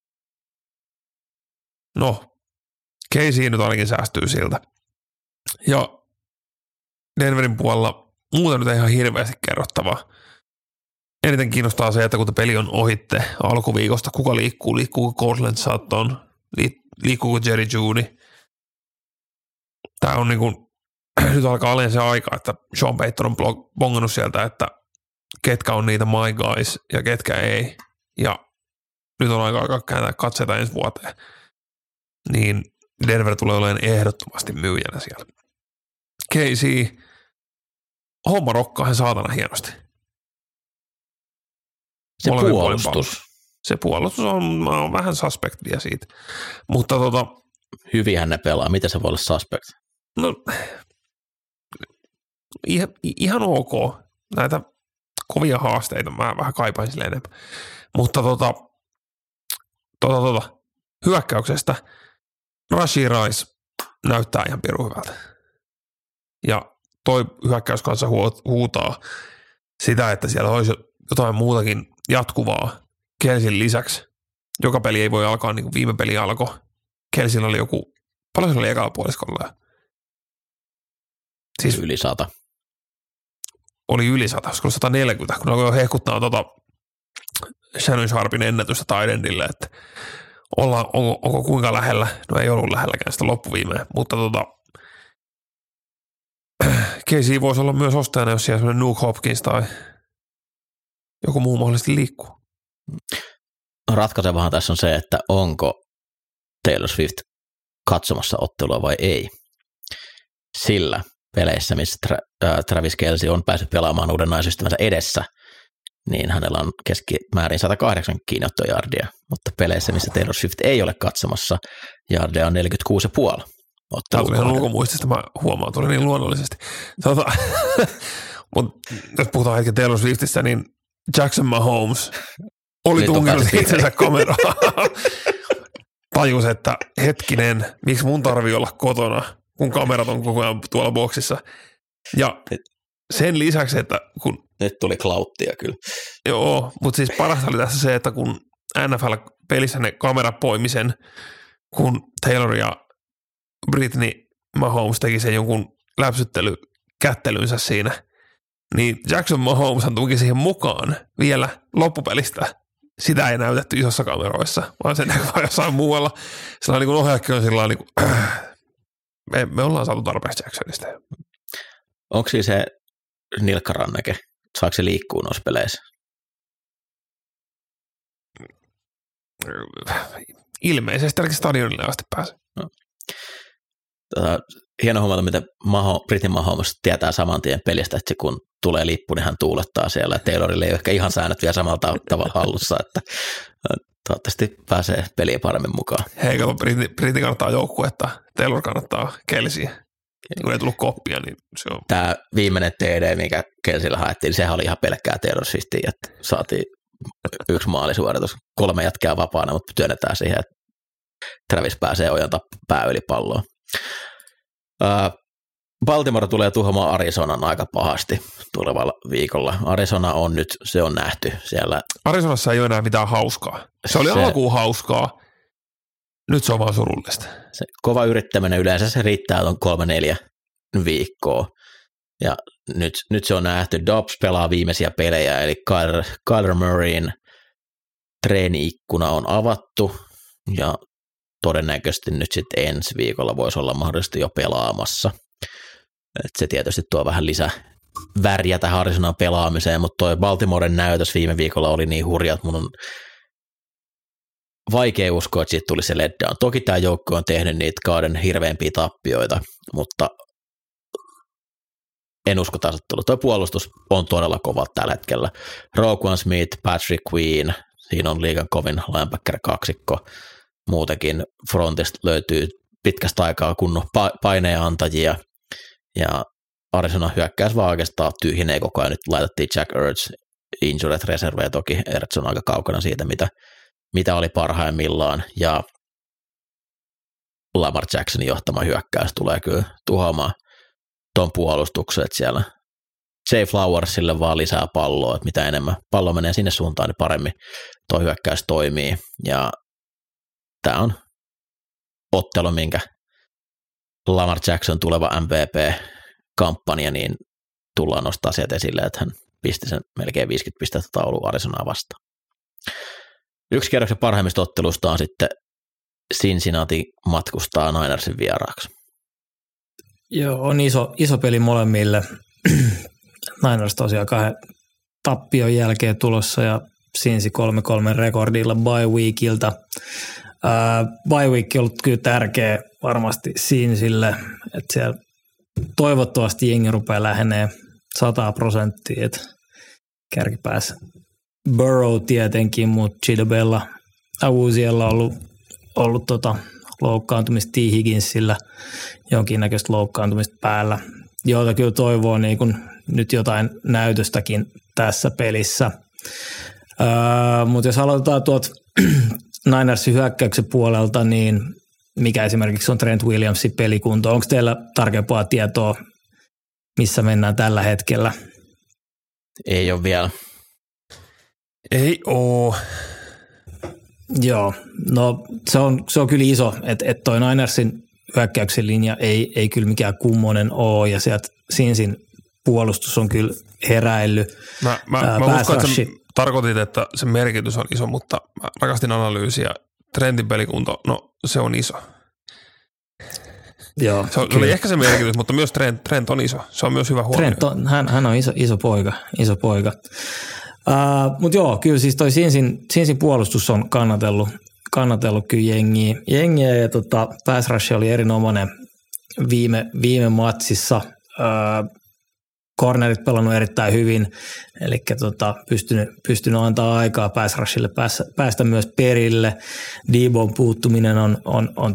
No, Casey nyt ainakin säästyy siltä. Ja Denverin puolella muuten nyt ei ihan hirveästi kerrottavaa. Eniten kiinnostaa se, että kun peli on ohitte alkuviikosta, kuka liikkuu, liikkuuko Courtland Sutton, liikkuuko Jerry Jeudy. Tämä on niin kuin, nyt alkaa olemaan se aika, että Sean Payton on bongannut sieltä, että ketkä on niitä my guys ja ketkä ei. Ja nyt on aika kääntää katseita ensi vuoteen. Niin Denver tulee olemaan ehdottomasti myyjänä siellä. Casey, homma rokkaa hän saatana hienosti. Se puolustus. Se puolustus on vähän suspect vielä siitä. Mutta hyvinhän ne pelaa. Miten se voi olla suspect? No, ihan ok. Näitä kovia haasteita mä vähän kaipaisin sille enemmän. Mutta hyökkäyksestä Rashee Rice näyttää ihan pirun hyvältä. Ja toi hyökkäys kanssa huutaa sitä, että siellä olisi jotain muutakin jatkuvaa Kelsin lisäksi. Joka peli ei voi alkaa niin kuin viime peli alkoi. Kelsillä oli paljon se oli ekalla puoliskolla. Siis yli 100. Oli yli 100, olisiko 140, kun alkoi hehkuttaa Shannon Sharpin ennätystä Tidendille, että onko kuinka lähellä. No ei ollut lähelläkään sitä loppuviimeen, mutta Casey voisi olla myös ostajana, jos siellä sellainen Nuke Hopkins tai joku muu mahdollisesti liikkuu. Ratkaisevahan tässä on se, että onko Taylor Swift katsomassa ottelua vai ei. Sillä peleissä, missä Travis Kelce on päässyt pelaamaan uuden naisystävänsä edessä, niin hänellä on keskimäärin 108 kiinniottojardia, mutta peleissä, missä Taylor Swift ei ole katsomassa, jardia on 46,5. Tämä tuli ihan ulkomuistista, mä huomaan, tuli niin luonnollisesti. Mutta jos puhutaan hetken Taylor Swiftistä, niin Jackson Mahomes oli tunkenut itsensä kameraan. Tajus, että hetkinen, miksi mun tarvii olla kotona, kun kamerat on koko ajan tuolla boksissa. Ja sen lisäksi, että kun... Nyt tuli klauttia kyllä. Joo, mutta siis parasta oli tässä se, että kun NFL-pelissä ne kamerat poimi sen, kun Taylor ja Britney Mahomes teki sen jonkun läpsyttelykättelynsä siinä, niin Jackson Mahomeshan tuki siihen mukaan vielä loppupelistä. Sitä ei näytetty isossa kameroissa, vaan sen vaan jossain muualla. Sellainen niin kuin ohjaakin on sillä niin kuin, me ollaan saatu tarpeeksi Jacksonista. Onko siis se nilkkaranneke? Saako se liikkua noissa peleissä? Ilmeisesti ainakin stadionille asti pääsee. No. Hieno huomata, miten Britney Mahomes tietää saman tien pelistä, että kun tulee lippu, niin hän tuulettaa siellä. Ja Taylorille ei ole ehkä ihan säännöt vielä samalla tavalla hallussa, että toivottavasti pääsee peliä paremmin mukaan. Hei, kato, Britney kannattaa joukkuetta, Taylor kannattaa Kelceä. Kun ei tullut koppia, niin se on... Tämä viimeinen TD, mikä Kelsillä haettiin, sehän oli ihan pelkkää Taylor Swiftia, että saatiin 1 maalisuoritus, 3 jätkää vapaana, mutta työnnetään siihen, että Travis pääsee ojantaa pää yli palloa. Baltimore tulee tuhoamaan Arizonan aika pahasti tulevalla viikolla. Arizona on nyt, se on nähty siellä. Arizonassa ei ole enää mitään hauskaa. Se oli alkuun hauskaa. Nyt se on vaan surullista. Se kova yrittäminen yleensä se riittää tuon 3-4 viikkoa. Ja nyt se on nähty. Dobbs pelaa viimeisiä pelejä, eli Kyler Murrayn treeni-ikkuna on avattu. Ja todennäköisesti nyt sitten ensi viikolla voisi olla mahdollisesti jo pelaamassa. Et se tietysti tuo vähän väriä tähän Arizonan pelaamiseen, mutta toi Baltimoren näytös viime viikolla oli niin hurja, että mun on vaikea uskoa, että siitä tuli se letdown. Toki tämä joukko on tehnyt niitä kauden hirveämpiä tappioita, mutta en usko tasoittelua. Tuo puolustus on todella kova tällä hetkellä. Roquan Smith, Patrick Queen, siinä on liigan kovin linebacker-kaksikko. Muutenkin frontista löytyy pitkästä aikaa kunnon paineenantajia, ja Arizona hyökkäys vaan oikeastaan tyhjenee koko ajan. Nyt laitettiin Jack Ertz, injured reservejä, toki Ertz on aika kaukana siitä, mitä oli parhaimmillaan, ja Lamar Jacksonin johtama hyökkäys tulee kyllä tuhoamaan tuon puolustuksen, että siellä Jay Flowersille vaan lisää palloa, että mitä enemmän pallo menee sinne suuntaan, niin paremmin tuo hyökkäys toimii, ja tämä on ottelu, minkä Lamar Jackson tuleva MVP-kampanja, niin tullaan nostaa sieltä esille, että hän pisti sen melkein 50 pistettä tauluun Arizonaa vastaan. Yksi kierroksen parhaimmista ottelusta on sitten Cincinnati matkustaa Ninersin vieraaksi. Joo, on iso peli molemmille. Niners tosiaan 2 tappion jälkeen tulossa ja Cincy 3-3 rekordilla bye weekiltä. Bye week on ollut kyllä tärkeä varmasti Cincylle, että siellä toivottavasti jengi rupeaa lähenee 100%, että kärkipäässä Burrow tietenkin, mutta Chidobella Awuziella on ollut loukkaantumista, T. Higginsillä jonkinnäköistä loukkaantumista päällä, joita kyllä toivoo niin kun nyt jotain näytöstäkin tässä pelissä. Mutta jos aloitetaan tuolta Ninersin hyökkäyksen puolelta, niin mikä esimerkiksi on Trent Williamsin pelikunto? Onko teillä tarkempaa tietoa, missä mennään tällä hetkellä? Ei ole vielä. Ei oo. Joo, no se on kyllä iso, että toi Ninersin hyökkäyksen linja ei kyllä mikään kummonen ole, ja sieltä Cinsin puolustus on kyllä heräillyt. Mä uskon, että tarkoitit, että se merkitys on iso, mutta mä rakastin analyysiä. Trentin pelikunto, no se on iso. Joo, se oli ehkä se merkitys, mutta myös Trent on iso. Se on myös hyvä huomio. Hän on iso poika. Mutta joo, kyllä siis toi Cinsin puolustus on kannatellut kyllä jengiä ja pass rush oli erinomainen viime matsissa. Cornerit pelannut erittäin hyvin, eli pystynyt antaa aikaa pass rushille päästä myös perille. Debon puuttuminen on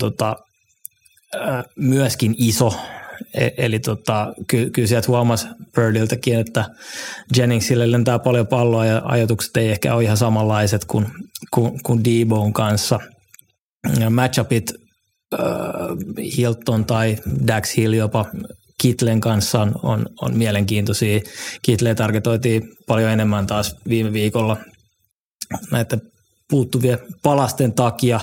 myöskin iso. Eli kyllä sieltä huomasi Birdiltäkin, että Jenningsille lentää paljon palloa ja ajatukset ei ehkä ole ihan samanlaiset kuin Debon kanssa. Ja matchupit Hilton tai Dax Hill jopa Kittlen kanssa on mielenkiintoisia. Kitleä targetoitiin paljon enemmän taas viime viikolla näiden puuttuvien palasten takia.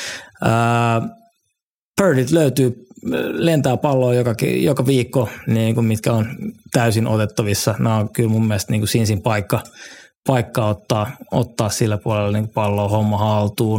Birdit lentää palloa joka viikko, niin kuin mitkä on täysin otettavissa. Nämä on kyllä mun mielestä niin kuin Cinsin paikka ottaa sillä puolella niin kuin palloa homma haltuun.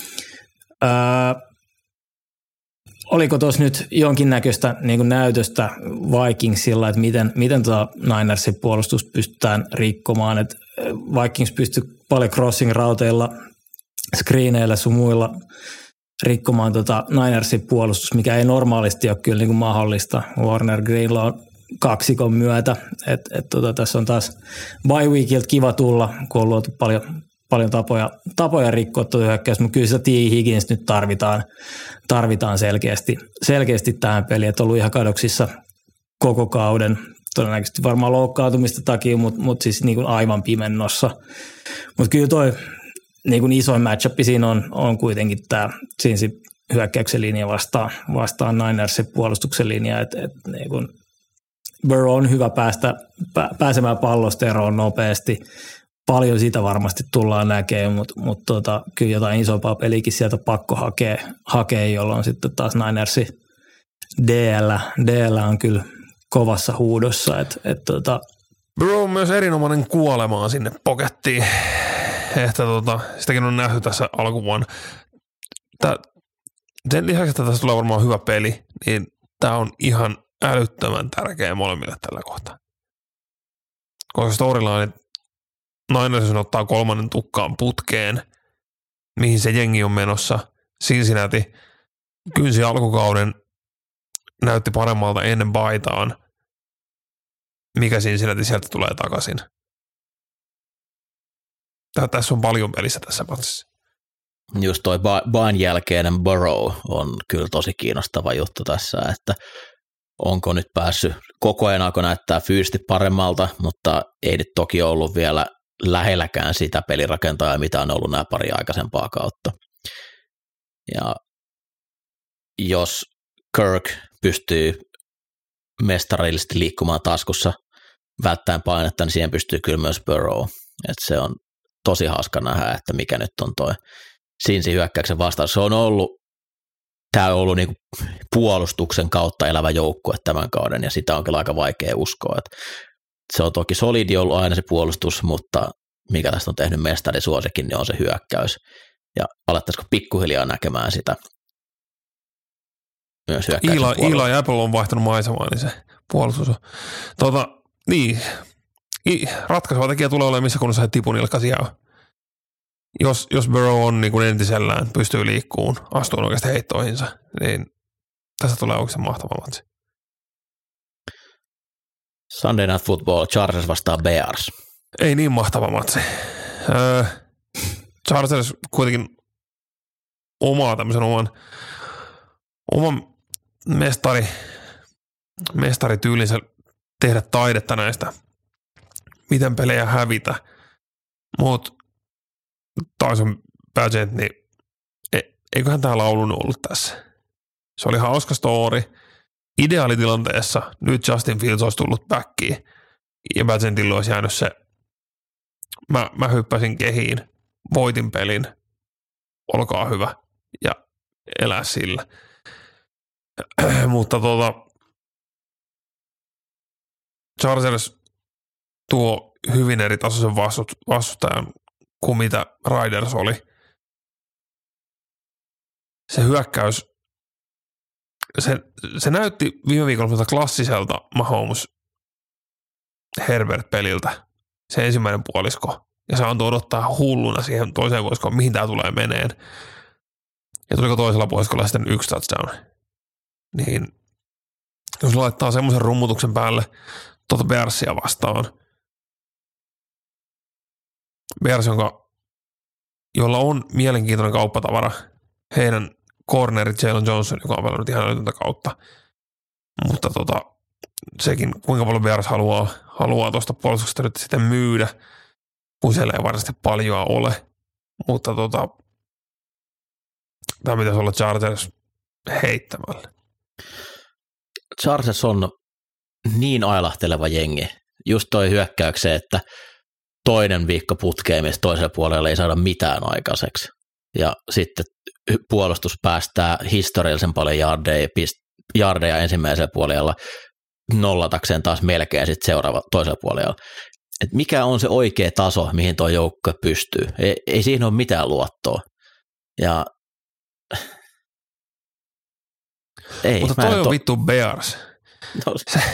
Oliko tuossa nyt jonkinnäköistä niin kuin näytöstä Vikingsilla, että miten Ninersin puolustus pystytään rikkomaan, että Vikings pystyy paljon crossing-rauteilla, screeneillä sun muilla rikkomaan Ninersin puolustus, mikä ei normaalisti ole kyllä niin kuin mahdollista Warner Greenlawn kaksikon myötä. Tässä on taas bye weekiltä kiva tulla, kun on luotu paljon tapoja rikkoa tuo hyökkäys, mutta kyllä sitä T. Higgins nyt tarvitaan selkeästi tähän peliin, että on ollut ihan kadoksissa koko kauden, todennäköisesti varmaan loukkaantumista takia, mutta siis niin kuin aivan pimennossa. Mutta kyllä toi niin kuin isoin matchup siinä on kuitenkin tämä Cincy hyökkäyksen linja vastaan Ninersin puolustuksen linja, että niin kuin Burrow on hyvä pääsemään pallosta eroon nopeasti. Paljon sitä varmasti tullaan näkemään, mutta kyllä jotain isompaa peliäkin sieltä pakko hakea, jolloin sitten taas Ninersin DL on kyllä kovassa huudossa. Burrow on myös erinomainen kuolemaan sinne pokettiin. Että sitäkin on nähty tässä alkuvuonna. Sen lisäksi, että tässä tulee varmaan hyvä peli, niin tämä on ihan älyttömän tärkeä molemmille tällä kohtaa. koska storyline Niners ottaa 3. tukkaan putkeen, mihin se jengi on menossa. Cincinnati kynsi alkukauden, näytti paremmalta ennen baitaan. Mikä Cincinnati sieltä tulee takaisin? Tässä on paljon pelissä tässä matsissa. Just toi bain jälkeinen Burrow on kyllä tosi kiinnostava juttu tässä, että onko nyt päässyt koko ajan, kun näyttää fyysisesti paremmalta, mutta ei nyt toki ollut vielä lähelläkään sitä pelirakentajaa, mitä on ollut nämä pari aikaisempaa kautta. Ja jos Kirk pystyy mestarillisesti liikkumaan taskussa välttäen painetta, niin siihen pystyy kyllä myös Burrow. Että se on tosi hauska nähdä, että mikä nyt on toi Cincy hyökkäyksen vastaus. Tämä on ollut niinku puolustuksen kautta elävä joukkue tämän kauden, ja sitä on kyllä aika vaikea uskoa. Että se on toki solidi ollut aina se puolustus, mutta mikä tästä on tehnyt mestarisuosikin, niin on se hyökkäys. Ja alettaisiko pikkuhiljaa näkemään sitä myös hyökkäyksen puolella. Eli Apple on vaihtanut maisemaa, niin se puolustus on. Niin, ratkaiseva tekijä tulee olemaan, missä kunnossa he tipunilkaisia on. Jos Burrow on niin kuin entisellään, pystyy liikkuun, astuu oikeasti heittoihinsa, niin tästä tulee oikeasti mahtava matsi. Sunday Night Football, Chargers vastaan Bears. Ei niin mahtava matsi. Chargers kuitenkin omaa tämmöisen oman mestarityylinsä tehdä taidetta näistä, miten pelejä hävitä. Mutta Tyson Bagent, niin eiköhän tämä laulun ollut tässä. Se oli hauska story. Ideaalitilanteessa nyt Justin Fields olisi tullut backiin ja Bagentille olisi jäänyt se, mä hyppäsin kehiin, voitin pelin, olkaa hyvä ja elää sillä. Mutta Chargers tuo hyvin eri tasoisen vastustajan kuin mitä Raiders oli. Se hyökkäys, se näytti viime viikolla klassiselta Mahomes Herbert-peliltä, se ensimmäinen puolisko. Ja se antoi odottaa hulluna siihen toiseen puoliskoon, mihin tämä tulee meneen. Ja tuliko toisella puoliskolla sitten 1 touchdown. Niin jos laittaa semmoisen rummutuksen päälle Bearsia vastaan, Bears, jolla on mielenkiintoinen kauppatavara, heidän cornerit Jalen Johnson, joka on pelannut ihan älytöntä kautta. Mutta sekin, kuinka paljon Bears haluaa tuosta puolustuksesta nyt sitten myydä, kun siellä ei varmasti paljoa ole. Mutta tämä pitäisi olla Chargers heittämällä. Chargers on niin ailahteleva jengi. Just toi hyökkäykseen, että toinen viikko putkeen, missä toisella puolella ei saada mitään aikaiseksi. Ja sitten puolustus päästää historiallisen paljon jardeja ensimmäisellä puolella nollatakseen taas melkein sitten seuraava toisella puolella. Et mikä on se oikea taso, mihin tuo joukko pystyy? Ei siihen ole mitään luottoa. Ja ei, mutta toi on vittu Bears. No.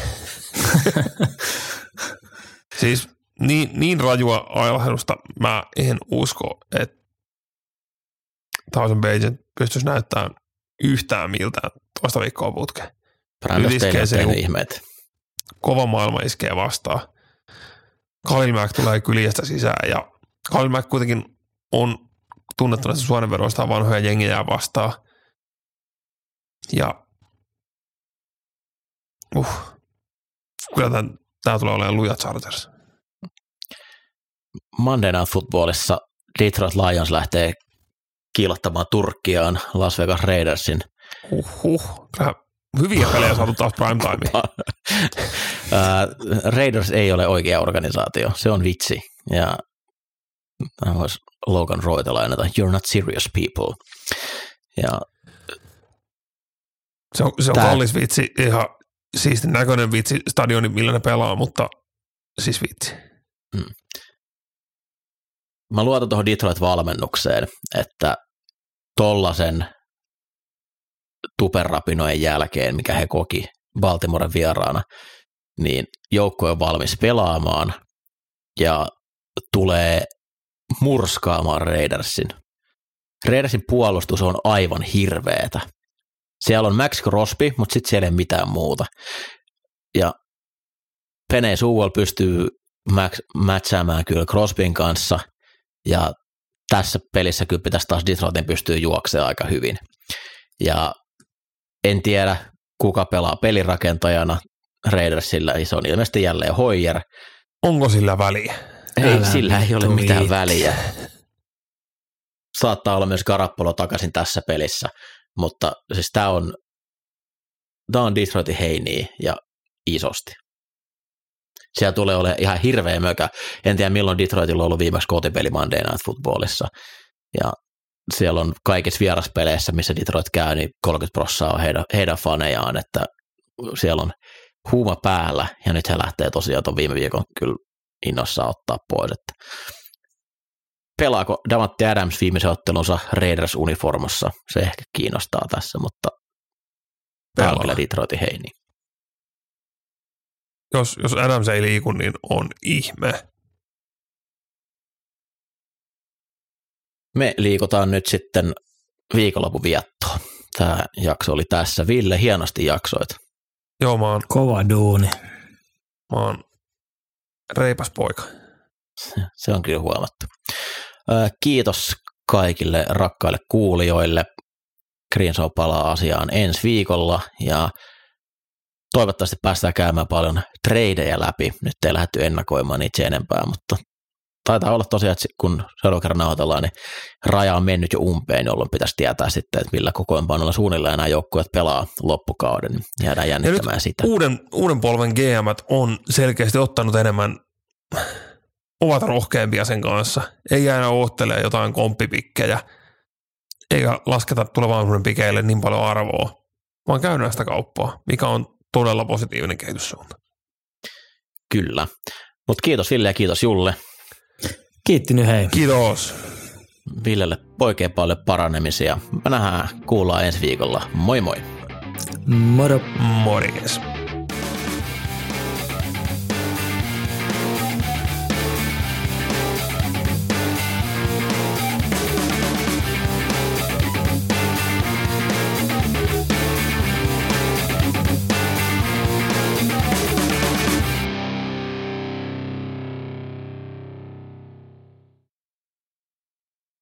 Siis niin rajua ailahdusta mä en usko, että Tyson Bagent pystyisi näyttämään yhtään miltään toista viikkoa putkeen. Ihmeet. Kova maailma iskee vastaan. Khalil Mack tulee kyljästä sisään ja Khalil Mack kuitenkin on tunnettu näistä suonenveroista vanhoja jengiä vastaan. Ja kyllä tämä tulee olemaan luja Chargers. Monday Night Footballissa Detroit Lions lähtee kiilottamaan Turkkiaan Las Vegas Raidersin. Hyviä pelejä saatu taas primetimeen. Raiders ei ole oikea organisaatio, se on vitsi. Ja tämä voisi Logan Royta lainata, you're not serious people. Ja se on kallis vitsi, ihan siistin näköinen vitsi, stadioni millä ne pelaa, mutta siis vitsi. Mä luotan tuohon Detroit-valmennukseen, että tollasen tuperrapinojen jälkeen, mikä he koki Baltimoren vieraana, niin joukko on valmis pelaamaan ja tulee murskaamaan Raidersin. Raidersin puolustus on aivan hirveetä. Siellä on Max Crosby, mutta sitten siellä ei mitään muuta. Ja Penei Sewell pystyy matchaamaan kyllä Crosbyn kanssa, ja tässä pelissä kyllä pitäisi taas Detroitin pystyä juoksemaan aika hyvin. Ja en tiedä, kuka pelaa pelirakentajana Raidersillä, se on ilmeisesti jälleen Hoyer. Onko sillä väliä? Ei, sillä ei ole mitään väliä. Saattaa olla myös Garoppolo takaisin tässä pelissä, mutta siis tämä on Detroitin heiniä ja isosti. Siellä tulee olemaan ihan hirveä mökä. En tiedä, milloin Detroitilla on ollut viimeksi kotipeli Monday Night Footballissa. Ja siellä on kaikissa vieraspeleissä, missä Detroit käy, niin 30% on heidän fanejaan, että siellä on huuma päällä, ja nyt he lähtee tosiaan tuon viime viikon kyllä innossa ottaa pois. Että pelaako Davante Adams viimeisen ottelunsa Raiders-uniformassa? Se ehkä kiinnostaa tässä, mutta tämä on kyllä Detroitin heini. Jos Adams ei liiku, niin on ihme. Me liikutaan nyt sitten viikonlopun viettoon. Tämä jakso oli tässä. Ville, hienosti jaksoit. Joo, mä oon kova duuni. Mä oon reipas poika. Se on kyllä huomattu. Kiitos kaikille rakkaille kuulijoille. Green Show palaa asiaan ensi viikolla ja toivottavasti päästään käymään paljon tradeja läpi. Nyt ei lähdetty ennakoimaan niitä enempää, mutta taitaa olla tosiaan, että kun seuraavan kerran nauhoitellaan, niin raja on mennyt jo umpeen, jolloin pitäisi tietää sitten, että millä kokoonpanolla suunnilleen nämä joukkueet pelaa loppukauden. Niin jäädään jännittämään sitä. Uuden polven GM:t on selkeästi ottanut enemmän, ovat rohkeampia sen kanssa. Ei aina oottele jotain komppipikkejä, eikä lasketa tulevaisuuden pikeille niin paljon arvoa, vaan käydään sitä kauppaa, mikä on todella positiivinen kehityssuunta. Kyllä. Mutta kiitos Ville ja kiitos Julle. Kiitti nyt hei. Kiitos. Villelle oikein paljon paranemisia. Me nähdään, kuullaan ensi viikolla. Moi moi. Moro. Morjes.